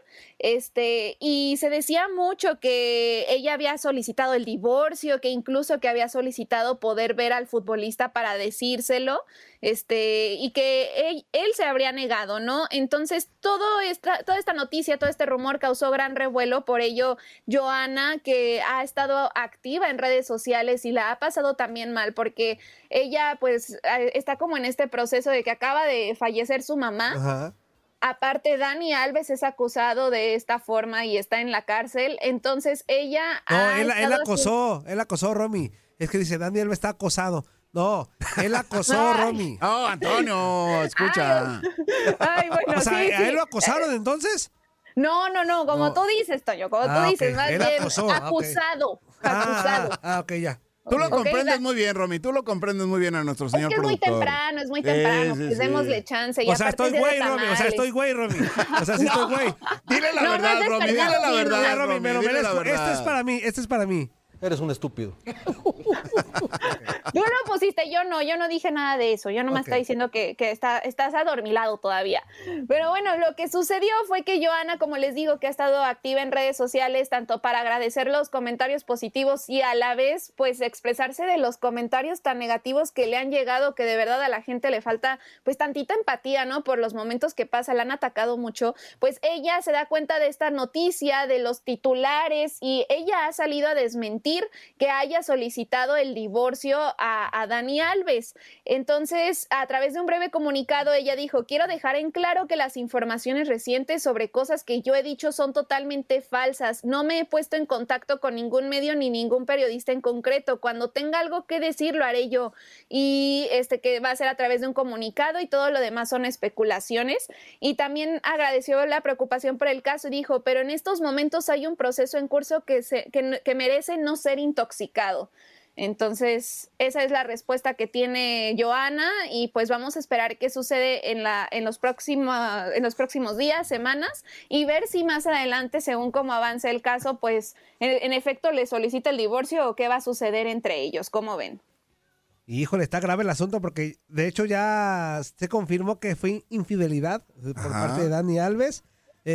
Speaker 17: y se decía mucho que ella había solicitado el divorcio, que incluso que había solicitado poder ver al futbolista para decírselo, y que él se habría negado, ¿no? Entonces, toda esta noticia, todo este rumor causó gran revuelo. Por ello, Joana, que ha estado activa en redes sociales y la ha pasado también mal, porque ella, pues, está como en este proceso de que acaba de fallecer su mamá.
Speaker 5: Ajá.
Speaker 17: Aparte, Dani Alves es acusado de esta forma y está en la cárcel. Entonces, ella...
Speaker 5: No, él acosó, Romy. Es que dice, Dani Alves está acosado. No, él acosó, Romy.
Speaker 7: Oh, Antonio, escucha.
Speaker 17: Ay, bueno,
Speaker 5: o sea,
Speaker 17: sí.
Speaker 5: ¿a él lo acosaron entonces?
Speaker 17: No, como tú dices, Toño, tú dices, más
Speaker 5: él
Speaker 17: bien
Speaker 5: acosó,
Speaker 17: acusado.
Speaker 5: Ok, ya.
Speaker 7: Tú lo comprendes muy bien, Romy. Tú lo comprendes muy bien a nuestro señor productor.
Speaker 17: Es muy temprano. Pues démosle chance. Y
Speaker 5: o sea, estoy güey, Romy. O sea, sí estoy güey.
Speaker 7: Dile la verdad, Romy. Dile la verdad,
Speaker 5: Romy. Me lo merezco. Este es para mí.
Speaker 18: Eres un estúpido.
Speaker 17: Tú lo pusiste, yo no dije nada de eso. Yo nomás estaba diciendo que estás adormilado todavía. Pero bueno, lo que sucedió fue que Johanna, como les digo, que ha estado activa en redes sociales, tanto para agradecer los comentarios positivos y a la vez, pues, expresarse de los comentarios tan negativos que le han llegado, que de verdad a la gente le falta, pues, tantita empatía, ¿no? Por los momentos que pasa, la han atacado mucho. Pues ella se da cuenta de esta noticia, de los titulares, y ella ha salido a desmentir que haya solicitado el divorcio a Dani Alves. Entonces, a través de un breve comunicado, ella dijo: quiero dejar en claro que las informaciones recientes sobre cosas que yo he dicho son totalmente falsas. No me he puesto en contacto con ningún medio ni ningún periodista en concreto. Cuando tenga algo que decir, lo haré yo. Y que va a ser a través de un comunicado, y todo lo demás son especulaciones. Y también agradeció la preocupación por el caso y dijo: pero en estos momentos hay un proceso en curso que merece no ser intoxicado. Entonces, esa es la respuesta que tiene Johanna, y pues vamos a esperar qué sucede en los próximos días, semanas, y ver si más adelante, según cómo avance el caso, pues en efecto le solicita el divorcio o qué va a suceder entre ellos. ¿Cómo ven?
Speaker 5: Híjole, está grave el asunto porque de hecho ya se confirmó que fue infidelidad por parte de Dani Alves.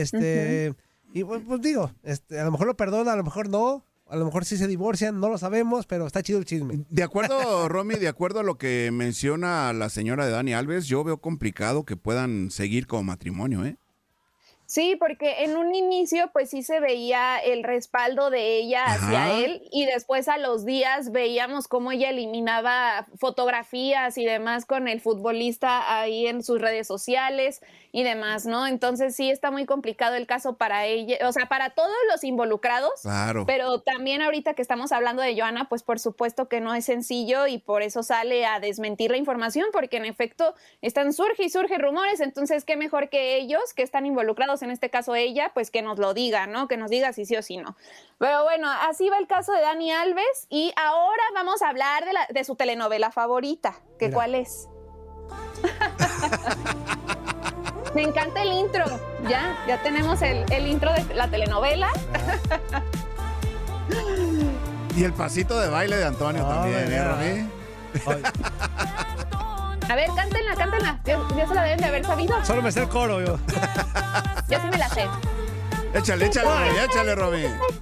Speaker 5: Y pues digo, a lo mejor lo perdona, a lo mejor no. A lo mejor sí se divorcian, no lo sabemos, pero está chido el chisme.
Speaker 7: De acuerdo, Romy, de acuerdo a lo que menciona la señora de Dani Alves, yo veo complicado que puedan seguir como matrimonio, ¿eh?
Speaker 17: Sí, porque en un inicio pues sí se veía el respaldo de ella hacia él, y después a los días veíamos cómo ella eliminaba fotografías y demás con el futbolista ahí en sus redes sociales y demás, ¿no? Entonces sí está muy complicado el caso para ella, o sea, para todos los involucrados. Claro. Pero también ahorita que estamos hablando de Johanna, pues por supuesto que no es sencillo, y por eso sale a desmentir la información, porque en efecto surge y surge rumores. Entonces qué mejor que ellos, que están involucrados, en este caso ella, pues que nos lo diga, ¿no? Que nos diga si sí o si no. Pero bueno, así va el caso de Dani Alves, y ahora vamos a hablar de su telenovela favorita. ¿Que cuál es? Me encanta el intro. Ya tenemos el intro de la telenovela.
Speaker 7: Y el pasito de baile de Antonio también, ¿eh, Romy?
Speaker 17: A ver, cántenla. Ya se la deben de haber sabido.
Speaker 5: Solo me sé el coro, yo.
Speaker 17: Yo sí me la sé.
Speaker 7: Échale, Romy.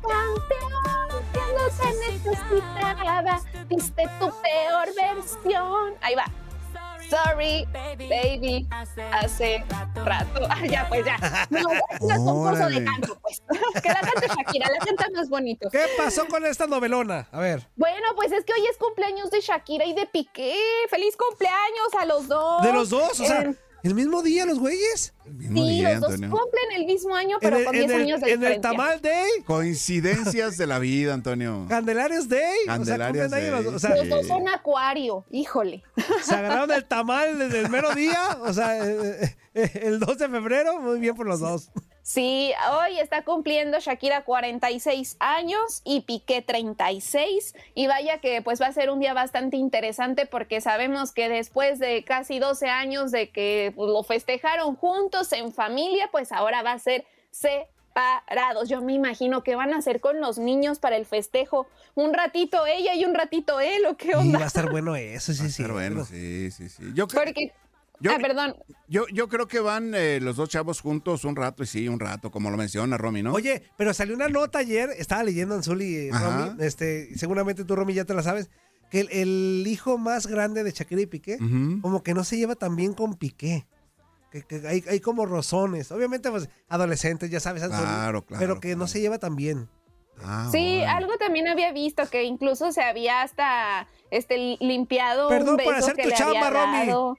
Speaker 17: No se necesitaba, diste tu peor versión. Ahí va. Sorry, baby, hace rato. Ya. No, es un concurso de canto, pues. Que la cante Shakira, la canta más bonito.
Speaker 5: ¿Qué pasó con esta novelona? A ver.
Speaker 17: Bueno, pues es que hoy es cumpleaños de Shakira y de Piqué. ¡Feliz cumpleaños a los dos!
Speaker 5: ¿De los dos? O sea, ¿el mismo día los güeyes?
Speaker 17: Sí, los dos cumplen el mismo año, pero con 10 años de diferencia.
Speaker 5: ¿En el Tamal Day?
Speaker 7: Coincidencias de la vida, Antonio.
Speaker 5: ¿Candelarios Day?
Speaker 7: Candelarios Day.
Speaker 17: Los dos son acuario, híjole.
Speaker 5: Se agarraron el tamal desde el mero día, o sea, el 2 de febrero, muy bien por los dos.
Speaker 17: Sí, hoy está cumpliendo Shakira 46 años y Piqué 36, y vaya que pues va a ser un día bastante interesante, porque sabemos que después de casi 12 años de que lo festejaron juntos en familia, pues ahora va a ser separados. Yo me imagino que van a hacer con los niños para el festejo, un ratito ella y un ratito él, ¿o qué onda?
Speaker 5: Y va a estar bueno eso, sí. Va a estar
Speaker 7: bueno, sí.
Speaker 17: Perdón.
Speaker 7: Yo creo que van los dos chavos juntos un rato, y sí, un rato, como lo menciona Romy, ¿no?
Speaker 5: Oye, pero salió una nota ayer, estaba leyendo Anzuli, Romy, seguramente tú, Romy, ya te la sabes, que el hijo más grande de Shakira y Piqué, como que no se lleva tan bien con Piqué. Que hay como rozones. Obviamente, pues, adolescentes, ya sabes, Anzuli, claro, pero que no se lleva tan bien.
Speaker 17: Sí, algo también había visto, que incluso se había hasta limpiado un beso que le había dado.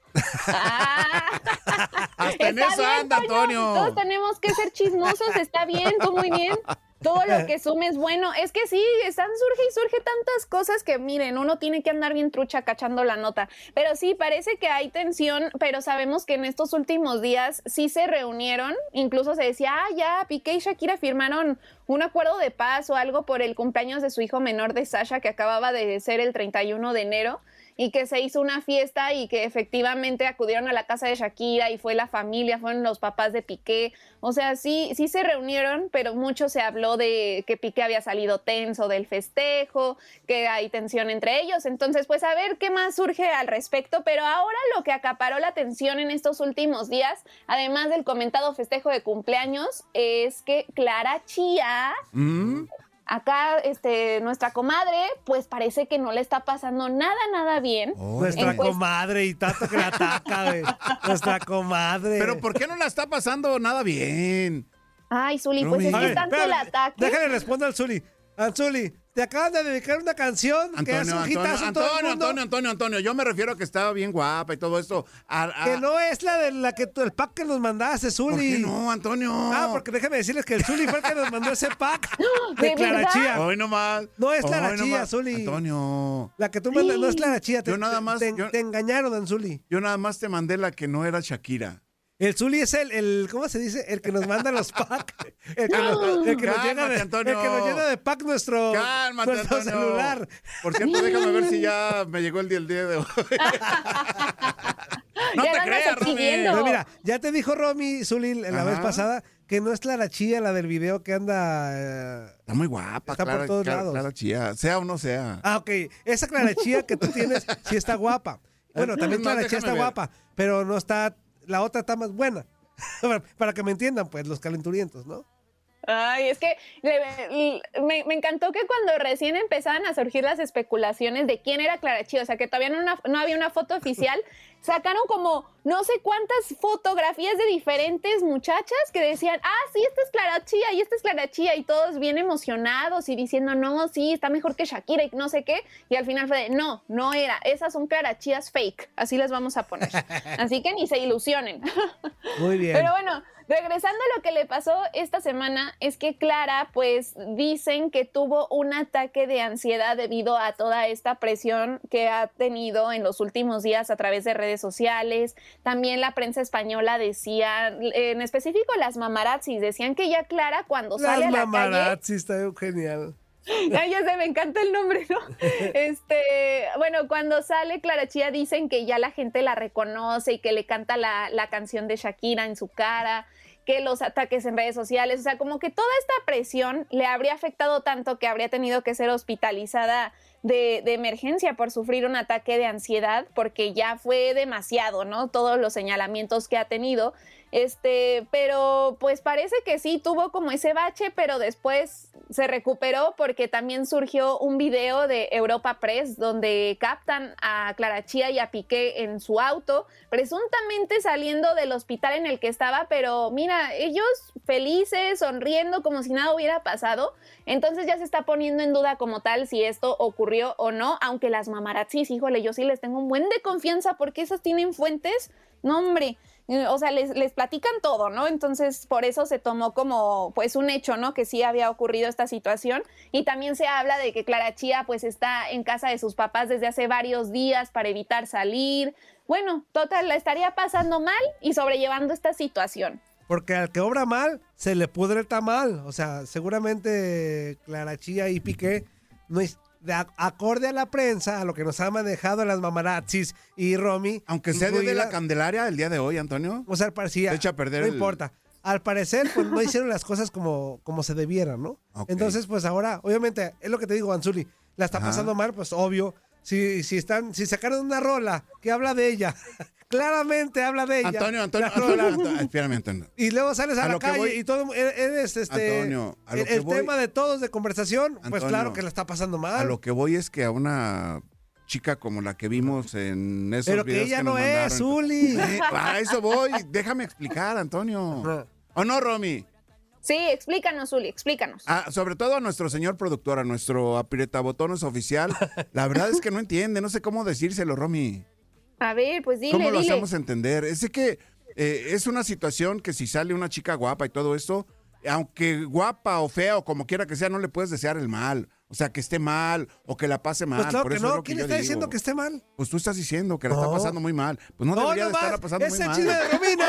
Speaker 7: Hasta en eso anda, Antonio.
Speaker 17: Todos tenemos que ser chismosos, está bien, tú muy bien. Todo lo que sume es bueno. Es que sí, surge tantas cosas que, miren, uno tiene que andar bien trucha cachando la nota. Pero sí, parece que hay tensión, pero sabemos que en estos últimos días sí se reunieron. Incluso se decía, ya, Piqué y Shakira firmaron un acuerdo de paz o algo por el cumpleaños de su hijo menor de Sasha, que acababa de ser el 31 de enero. y que se hizo una fiesta y que efectivamente acudieron a la casa de Shakira y fue la familia, fueron los papás de Piqué. O sea, sí se reunieron, pero mucho se habló de que Piqué había salido tenso del festejo, que hay tensión entre ellos. Entonces, pues a ver qué más surge al respecto. Pero ahora lo que acaparó la atención en estos últimos días, además del comentado festejo de cumpleaños, es que Clara Chía... Acá, nuestra comadre, pues parece que no le está pasando nada bien.
Speaker 5: Nuestra comadre y tanto que la ataca, güey. Nuestra comadre.
Speaker 7: Pero ¿por qué no la está pasando nada bien?
Speaker 17: Ay, Zuli, pues es que tanto el ataque.
Speaker 5: Déjale responder al Zuli. Zuli, te acaban de dedicar una canción que es un hitazo en todo el mundo.
Speaker 7: Antonio, yo me refiero a que estaba bien guapa y todo esto.
Speaker 5: Que no es la de la que el pack que nos mandaste, Zuli.
Speaker 7: ¿Por qué no, Antonio?
Speaker 5: Porque déjame decirles que el Zuli fue el que nos mandó ese pack
Speaker 17: de
Speaker 5: Clara Chía.
Speaker 7: Hoy nomás.
Speaker 5: No es Clara Chía, Zuli.
Speaker 7: Antonio.
Speaker 5: La que tú mandas no es Clara Chía.
Speaker 7: Yo nada más.
Speaker 5: Te engañaron, Zuli.
Speaker 7: Yo nada más te mandé la que no era Shakira.
Speaker 5: El Zuli es el ¿cómo se dice? El que nos manda los packs. El que nos llena de pack nuestro celular.
Speaker 7: Por cierto, déjame ver si ya me llegó el día de hoy. No te creas, Romy.
Speaker 5: Pero mira, ya te dijo Romy, Zuli, la vez pasada, que no es Clara Chía la del video que anda...
Speaker 7: Está muy guapa,
Speaker 5: está por todos lados.
Speaker 7: Clara Chía, sea o no sea.
Speaker 5: Ok. Esa Clara Chía que tú tienes sí está guapa. Bueno, también Clara Chía está guapa, pero no está... La otra está más buena. Para que me entiendan, pues, los calenturientos, ¿no?
Speaker 17: Ay, es que me encantó que cuando recién empezaban a surgir las especulaciones de quién era Clara Chía, o sea, que todavía no había una foto oficial, sacaron como no sé cuántas fotografías de diferentes muchachas que decían, sí, esta es Clara Chía y esta es Clara Chía, y todos bien emocionados y diciendo, no, sí, está mejor que Shakira y no sé qué, y al final fue de, no era, esas son Clara Chías fake, así las vamos a poner. Así que ni se ilusionen.
Speaker 5: Muy bien.
Speaker 17: Pero bueno, regresando a lo que le pasó esta semana, es que Clara, pues dicen que tuvo un ataque de ansiedad debido a toda esta presión que ha tenido en los últimos días a través de redes sociales. También la prensa española decía, en específico las mamarazzis, decían que ya Clara cuando sale a la calle... Las
Speaker 5: mamarazzis, está genial.
Speaker 17: Ay, ya sé, me encanta el nombre, ¿no? Bueno, cuando sale Clara Chía dicen que ya la gente la reconoce y que le canta la canción de Shakira en su cara, que los ataques en redes sociales, o sea, como que toda esta presión le habría afectado tanto que habría tenido que ser hospitalizada de emergencia por sufrir un ataque de ansiedad, porque ya fue demasiado, ¿no? Todos los señalamientos que ha tenido. Pero pues parece que sí tuvo como ese bache, pero después se recuperó porque también surgió un video de Europa Press donde captan a Clara Chía y a Piqué en su auto, presuntamente saliendo del hospital en el que estaba, pero mira, ellos felices, sonriendo como si nada hubiera pasado. Entonces ya se está poniendo en duda como tal si esto ocurrió o no, aunque las mamarazzis, híjole, yo sí les tengo un buen de confianza porque esas tienen fuentes, no hombre, o sea, les platican todo, ¿no? Entonces, por eso se tomó como, pues, un hecho, ¿no? Que sí había ocurrido esta situación. Y también se habla de que Clara Chía, pues, está en casa de sus papás desde hace varios días para evitar salir. Bueno, total, la estaría pasando mal y sobrellevando esta situación.
Speaker 5: Porque al que obra mal, se le pudre el tamal. O sea, seguramente Clara Chía y Piqué no es... acorde a la prensa, a lo que nos ha manejado las mamarazzis y Romy.
Speaker 7: Aunque sea de la Candelaria el día de hoy, Antonio.
Speaker 5: O sea, parecía.
Speaker 7: Echa a perder
Speaker 5: no importa. Al parecer, pues no hicieron las cosas como se debieran, ¿no? Okay. Entonces, pues ahora, obviamente, es lo que te digo, Anzuli, la está pasando mal, pues obvio. Si sacaron una rola que habla de ella, claramente habla de ella.
Speaker 7: Antonio, espérame, Antonio.
Speaker 5: Y luego sales a la calle y todo eres
Speaker 7: Antonio,
Speaker 5: el tema de todos de conversación, Antonio, pues claro que la está pasando mal.
Speaker 7: A lo que voy es que a una chica como la que vimos en esos
Speaker 5: pero
Speaker 7: videos
Speaker 5: que ella
Speaker 7: que
Speaker 5: no
Speaker 7: nos
Speaker 5: es,
Speaker 7: mandaron.
Speaker 5: Zuli.
Speaker 7: A eso voy, déjame explicar, Antonio. ¿O no, Romy?
Speaker 17: Sí, explícanos, Zuli, explícanos.
Speaker 7: Sobre todo a nuestro señor productor, a nuestro aprietabotones oficial. La verdad es que no entiende, no sé cómo decírselo, Romy.
Speaker 17: A ver, pues dile,
Speaker 7: ¿Cómo lo hacemos entender? Es que es una situación que si sale una chica guapa y todo esto, aunque guapa o fea o como quiera que sea, no le puedes desear el mal. O sea, que esté mal o que la pase mal.
Speaker 5: Pues claro
Speaker 7: por
Speaker 5: que
Speaker 7: eso
Speaker 5: no,
Speaker 7: es lo que
Speaker 5: ¿quién
Speaker 7: yo
Speaker 5: está
Speaker 7: digo.
Speaker 5: diciendo que esté mal?
Speaker 7: Pues tú estás diciendo que la está pasando muy mal. Pues no debería de estarla pasando muy mal.
Speaker 5: Ese chile de Romina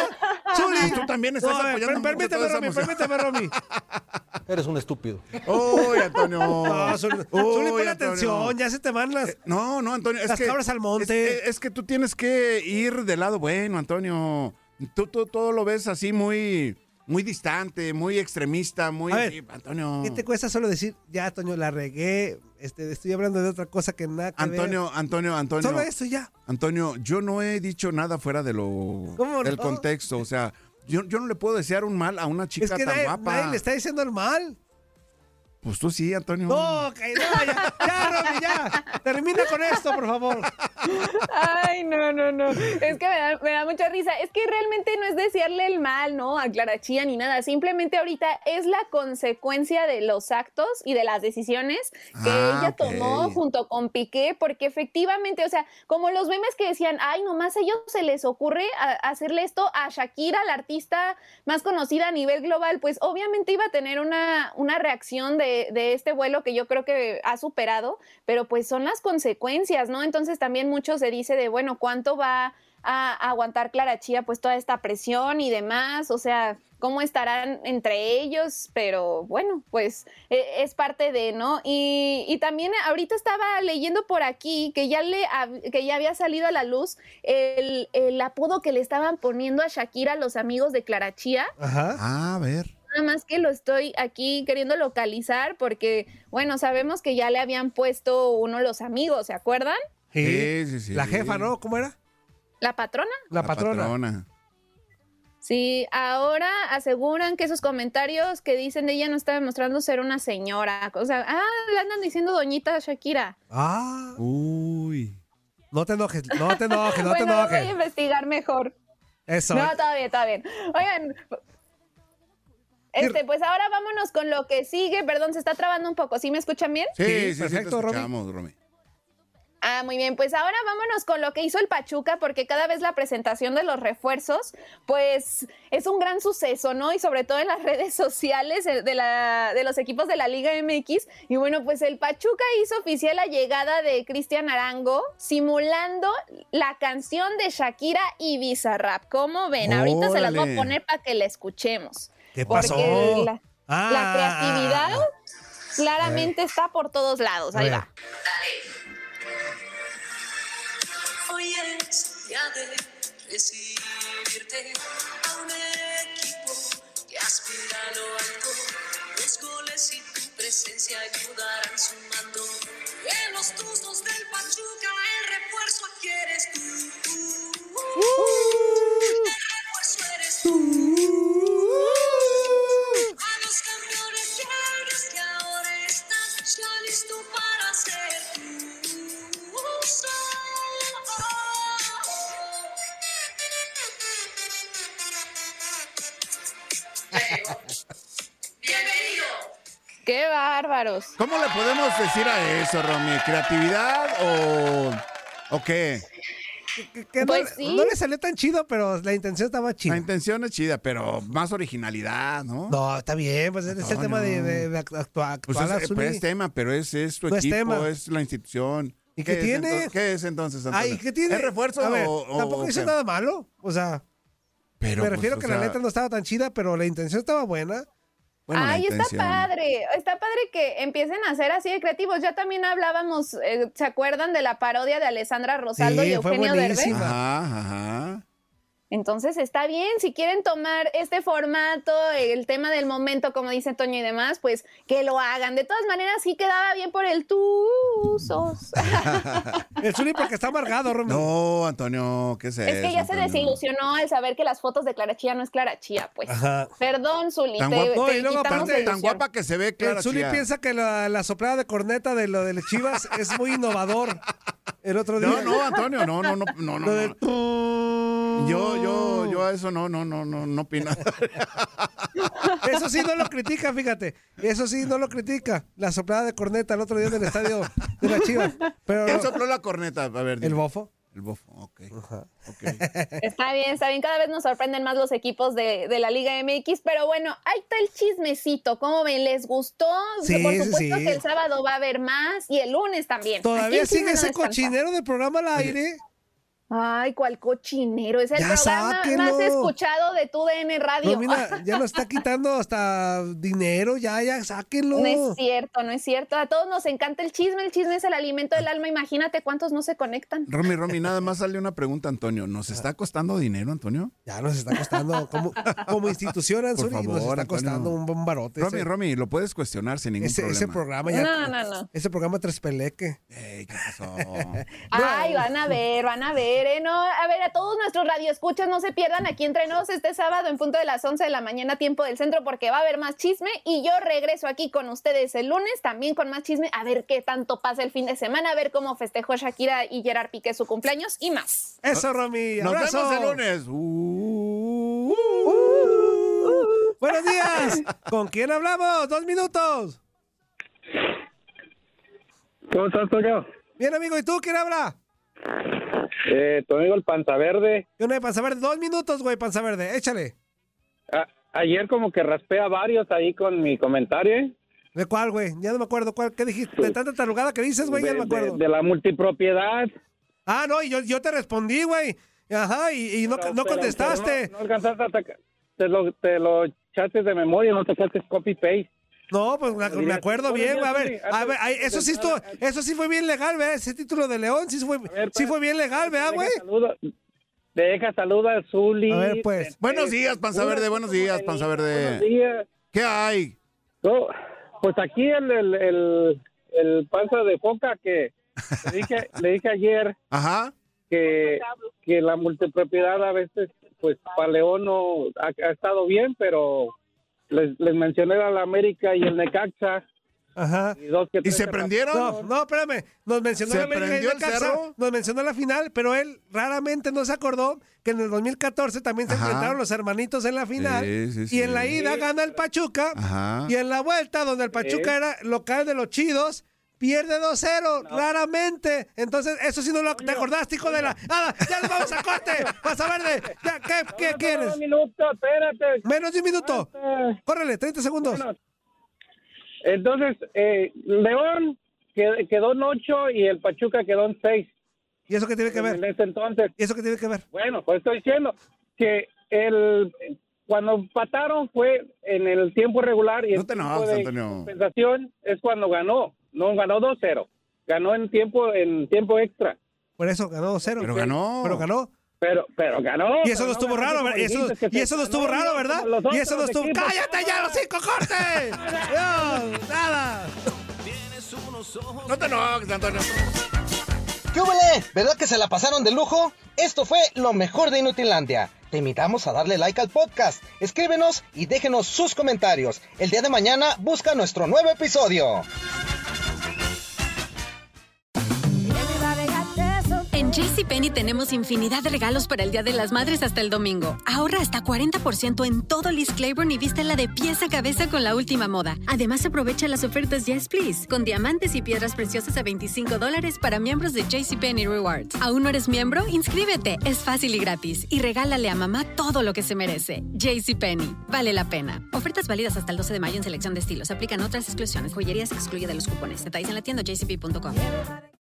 Speaker 7: Zuli, tú también estás apoyando mucho toda esa emoción.
Speaker 5: Permíteme, Romy.
Speaker 18: Eres un estúpido.
Speaker 7: Uy, Antonio.
Speaker 5: No, Zuli, pon atención, ya se te van
Speaker 7: No, Antonio.
Speaker 5: Las cabras al monte.
Speaker 7: Es que tú tienes que ir del lado bueno, Antonio. Tú todo lo ves así muy distante, muy extremista, muy...
Speaker 5: A ver,
Speaker 7: Antonio.
Speaker 5: ¿qué te cuesta solo decir, ya, Antonio, la regué, estoy hablando de otra cosa que nada que ver?
Speaker 7: Antonio.
Speaker 5: Solo eso ya.
Speaker 7: Antonio, yo no he dicho nada fuera de del contexto, o sea, yo no le puedo desear un mal a una chica tan guapa.
Speaker 5: Nadie le está diciendo el mal.
Speaker 7: Pues tú sí, Antonio.
Speaker 5: No, ya, Romy, ya. Termina con esto, por favor.
Speaker 17: Ay, no. Es que me da mucha risa. Es que realmente no es desearle el mal, ¿no? A Clara Chía ni nada. Simplemente ahorita es la consecuencia de los actos y de las decisiones que ella tomó junto con Piqué, porque efectivamente, o sea, como los memes que decían, ay, nomás a ellos se les ocurre hacerle esto a Shakira, la artista más conocida a nivel global, pues obviamente iba a tener una reacción de este vuelo que yo creo que ha superado, pero pues son las consecuencias, ¿no? Entonces también mucho se dice de, bueno, ¿cuánto va a aguantar Clara Chía pues toda esta presión y demás? O sea, ¿cómo estarán entre ellos? Pero bueno, pues es parte de, ¿no? Y también ahorita estaba leyendo por aquí que ya había salido a la luz el apodo que le estaban poniendo a Shakira los amigos de Clara Chía.
Speaker 7: Ajá. A ver.
Speaker 17: Nada más que lo estoy aquí queriendo localizar porque, bueno, sabemos que ya le habían puesto uno los amigos, ¿se acuerdan?
Speaker 7: Sí.
Speaker 5: La jefa, ¿no? ¿Cómo era?
Speaker 17: ¿La patrona?
Speaker 5: La patrona.
Speaker 17: Sí, ahora aseguran que esos comentarios que dicen de ella no está demostrando ser una señora. O sea, le andan diciendo doñita Shakira.
Speaker 7: Uy.
Speaker 5: No te enojes.
Speaker 17: Bueno, voy a investigar mejor.
Speaker 5: Eso.
Speaker 17: No, está bien. Oigan... pues ahora vámonos con lo que sigue. Perdón, se está trabando un poco. ¿Sí me escuchan bien?
Speaker 7: Sí, perfecto, te escuchamos, Romy.
Speaker 17: Muy bien, pues ahora vámonos con lo que hizo el Pachuca, porque cada vez la presentación de los refuerzos, pues es un gran suceso, ¿no? Y sobre todo en las redes sociales de los equipos de la Liga MX. Y bueno, pues el Pachuca hizo oficial la llegada de Cristian Arango, simulando la canción de Shakira y Bizarrap. ¿Cómo ven? Ahorita se las voy a poner para que la escuchemos.
Speaker 5: ¿Qué pasó?
Speaker 17: Porque la creatividad claramente está por todos lados. Ahí va.
Speaker 19: Hoy es día de recibirte a un equipo que aspira a lo alto. Los goles y tu presencia ayudarán sumando. En los tuzos del Pachuca el refuerzo aquí eres tú. El refuerzo eres tú. A los campeones llegues que ahora estás ya listo para ser tú. Bienvenido.
Speaker 17: ¡Qué bárbaros!
Speaker 7: ¿Cómo le podemos decir a eso, Romy? ¿Creatividad o qué?
Speaker 5: Que
Speaker 17: Pues sí.
Speaker 5: no le salió tan chido, pero la intención estaba chida.
Speaker 7: La intención es chida, pero más originalidad, ¿no?
Speaker 5: No, está bien, pues es el tema de actuar.
Speaker 7: Pues es tema, pero es tu
Speaker 5: No es
Speaker 7: equipo,
Speaker 5: tema.
Speaker 7: es la institución.
Speaker 5: ¿Y qué tiene?
Speaker 7: ¿Qué es entonces, Antonio?
Speaker 5: ¿Qué tiene?
Speaker 7: ¿Es refuerzo
Speaker 5: A ver,
Speaker 7: o
Speaker 5: tampoco hizo
Speaker 7: qué?
Speaker 5: nada malo. O sea,
Speaker 7: Pero,
Speaker 5: me refiero
Speaker 7: pues,
Speaker 5: que la letra no estaba tan chida, pero la intención estaba buena.
Speaker 7: Bueno,
Speaker 17: Ay, está padre que empiecen a ser así de creativos. Ya también hablábamos, ¿se acuerdan de la parodia de Alessandra Rosaldo y Eugenio Derbez?
Speaker 7: Ajá.
Speaker 17: Entonces está bien, si quieren tomar este formato, el tema del momento, como dice Toño y demás, pues que lo hagan. De todas maneras, sí quedaba bien por el Tuzos.
Speaker 5: El Zuli porque está amargado, Romy.
Speaker 7: No, Antonio, ¿qué es eso?
Speaker 17: Es que ya se
Speaker 7: Antonio?
Speaker 17: desilusionó al saber que las fotos de Clara Chía no es Clara Chía, pues.
Speaker 5: Ajá.
Speaker 17: Perdón, Zuli,
Speaker 7: Tan
Speaker 17: te
Speaker 7: guapo,
Speaker 5: y luego
Speaker 17: quitamos
Speaker 5: aparte,
Speaker 17: la
Speaker 7: Tan
Speaker 17: ilusión.
Speaker 7: guapa que se ve, Clara
Speaker 5: El Zuli
Speaker 7: Chía.
Speaker 5: piensa que la soplada de corneta de lo de las Chivas es muy innovador. El otro día.
Speaker 7: No, Antonio, no.
Speaker 5: Lo del
Speaker 7: Yo a eso no opino.
Speaker 5: Eso sí no lo critica, fíjate. Eso sí no lo critica. La soplada de corneta el otro día en el estadio de la Chivas. Pero
Speaker 7: ¿Quién sopló la corneta? A ver,
Speaker 5: ¿El
Speaker 7: dime.
Speaker 5: bofo?
Speaker 7: El bofo, ok.
Speaker 17: Está bien. Cada vez nos sorprenden más los equipos de la Liga MX, pero bueno, ahí está el chismecito. ¿Cómo ven? ¿Les gustó?
Speaker 5: Sí,
Speaker 17: Por supuesto
Speaker 5: sí.
Speaker 17: que el sábado va a haber más y el lunes también. Aquí
Speaker 5: ¿Todavía
Speaker 17: el chisme
Speaker 5: sigue
Speaker 17: no
Speaker 5: ese
Speaker 17: descansa.
Speaker 5: cochinero de programa al aire?
Speaker 17: Ay, cuál cochinero. Es el
Speaker 5: Ya
Speaker 17: programa
Speaker 5: sáquenlo.
Speaker 17: más escuchado de tu DN Radio.
Speaker 5: Romina, ya nos está quitando hasta dinero, ya, sáquenlo.
Speaker 17: No es cierto, no es cierto. A todos nos encanta el chisme es el alimento del alma. Imagínate cuántos no se conectan.
Speaker 7: Romy, nada más sale una pregunta, Antonio. ¿Nos está costando dinero, Antonio?
Speaker 5: Ya nos está costando, como institución, Anzuli,
Speaker 7: Por favor,
Speaker 5: nos está
Speaker 7: Antonio.
Speaker 5: costando un buen barote.
Speaker 7: Romy, lo puedes cuestionar sin ningún problema.
Speaker 5: Ese programa ya.
Speaker 17: No.
Speaker 5: Ese programa Trespeleque.
Speaker 7: ¿Qué pasó?
Speaker 17: Ay, van a ver, ¿no? A ver, a todos nuestros radioescuchas, no se pierdan Aquí Entre Nos este sábado en punto de las 11 de la mañana, tiempo del centro, porque va a haber más chisme y yo regreso aquí con ustedes el lunes, también con más chisme, a ver qué tanto pasa el fin de semana, a ver cómo festejó Shakira y Gerard Piqué su cumpleaños y más.
Speaker 5: Eso, Romy.
Speaker 7: Nos
Speaker 5: Abrazo.
Speaker 7: vemos el lunes.
Speaker 5: Buenos días. ¿Con quién hablamos? 2 minutos.
Speaker 16: ¿Cómo estás, Toño?
Speaker 5: Bien, amigo. ¿Y tú quién habla?
Speaker 16: Tu amigo el Panza Verde.
Speaker 5: Yo no hay Panza Verde. 2 minutos, güey, Panza Verde. Échale.
Speaker 16: Ayer como que raspé a varios ahí con mi comentario, ¿eh?
Speaker 5: ¿De cuál, güey? Ya no me acuerdo. ¿Qué dijiste? ¿De tanta tarugada que dices, güey? Ya no me acuerdo.
Speaker 16: De la multipropiedad.
Speaker 5: Ah, no, y yo te respondí, güey. Ajá, y no contestaste.
Speaker 16: No alcanzaste a atacar. Te lo echaste de memoria, no te echaste copy-paste.
Speaker 5: No, pues me acuerdo bien, güey. A ver, eso sí fue bien legal, ¿verdad? Ese título de León sí fue bien legal, ¿verdad, güey?
Speaker 16: Deja saluda a Zuli.
Speaker 5: A ver, pues.
Speaker 7: Buenos días, Panza Verde. Buenos días, Panza Verde.
Speaker 16: Buenos días.
Speaker 7: ¿Qué hay?
Speaker 16: No, pues aquí el Panza de Foca que le dije ayer.
Speaker 7: Ajá.
Speaker 16: Que la multipropiedad a veces, pues, para León no ha estado bien, pero les mencioné a la América y el Necaxa.
Speaker 5: Ajá.
Speaker 7: ¿Y se prendieron?
Speaker 5: No, espérame. Nos mencionó la América y el Necaxa, nos mencionó la final, pero él raramente no se acordó que en el 2014 también se enfrentaron los hermanitos en la final. Y en la ida gana el Pachuca.
Speaker 7: Ajá.
Speaker 5: Y en la vuelta, donde el Pachuca era local de los chidos, pierde 2-0, raramente. Entonces, eso sí no te acordaste, hijo de la... ¡Nada! ¡Ya nos vamos a corte! ¡Vas a ver! ¿Qué quieres?
Speaker 16: Un minuto, espérate.
Speaker 5: Menos de un minuto. Córrele, 30 segundos.
Speaker 16: Bueno, entonces, León quedó en 8 y el Pachuca quedó en 6.
Speaker 5: ¿Y eso qué tiene que ver?
Speaker 16: En ese entonces.
Speaker 5: ¿Y eso qué tiene que ver?
Speaker 16: Bueno, pues estoy diciendo que cuando empataron fue en el tiempo regular y
Speaker 7: no te enojes, Antonio.
Speaker 16: Compensación es cuando ganó. No ganó 2-0. Ganó en tiempo extra.
Speaker 5: Por eso ganó 2-0.
Speaker 7: Pero ganó.
Speaker 16: Pero ganó.
Speaker 5: Y eso no estuvo raro, ¿verdad? Y eso no estuvo raro, ¿verdad? Y eso no estuvo... ¡Cállate ya, los 5 cortes! ¡Dios! ¡Nada!
Speaker 7: No te enojes, Antonio.
Speaker 20: ¿Qué hubole? ¿Verdad que se la pasaron de lujo? Esto fue lo mejor de Inutilandia. Te invitamos a darle like al podcast, escríbenos y déjenos sus comentarios. El día de mañana busca nuestro nuevo episodio.
Speaker 21: En JCPenney tenemos infinidad de regalos para el Día de las Madres hasta el domingo. Ahorra hasta 40% en todo Liz Claiborne y vístela de pies a cabeza con la última moda. Además, aprovecha las ofertas Yes Please, con diamantes y piedras preciosas a $25 para miembros de JCPenney Rewards. ¿Aún no eres miembro? Inscríbete. Es fácil y gratis. Y regálale a mamá todo lo que se merece. JCPenney. Vale la pena. Ofertas válidas hasta el 12 de mayo en selección de estilos. Aplican otras exclusiones. Joyería se excluye de los cupones. Detalles en la tienda jcp.com.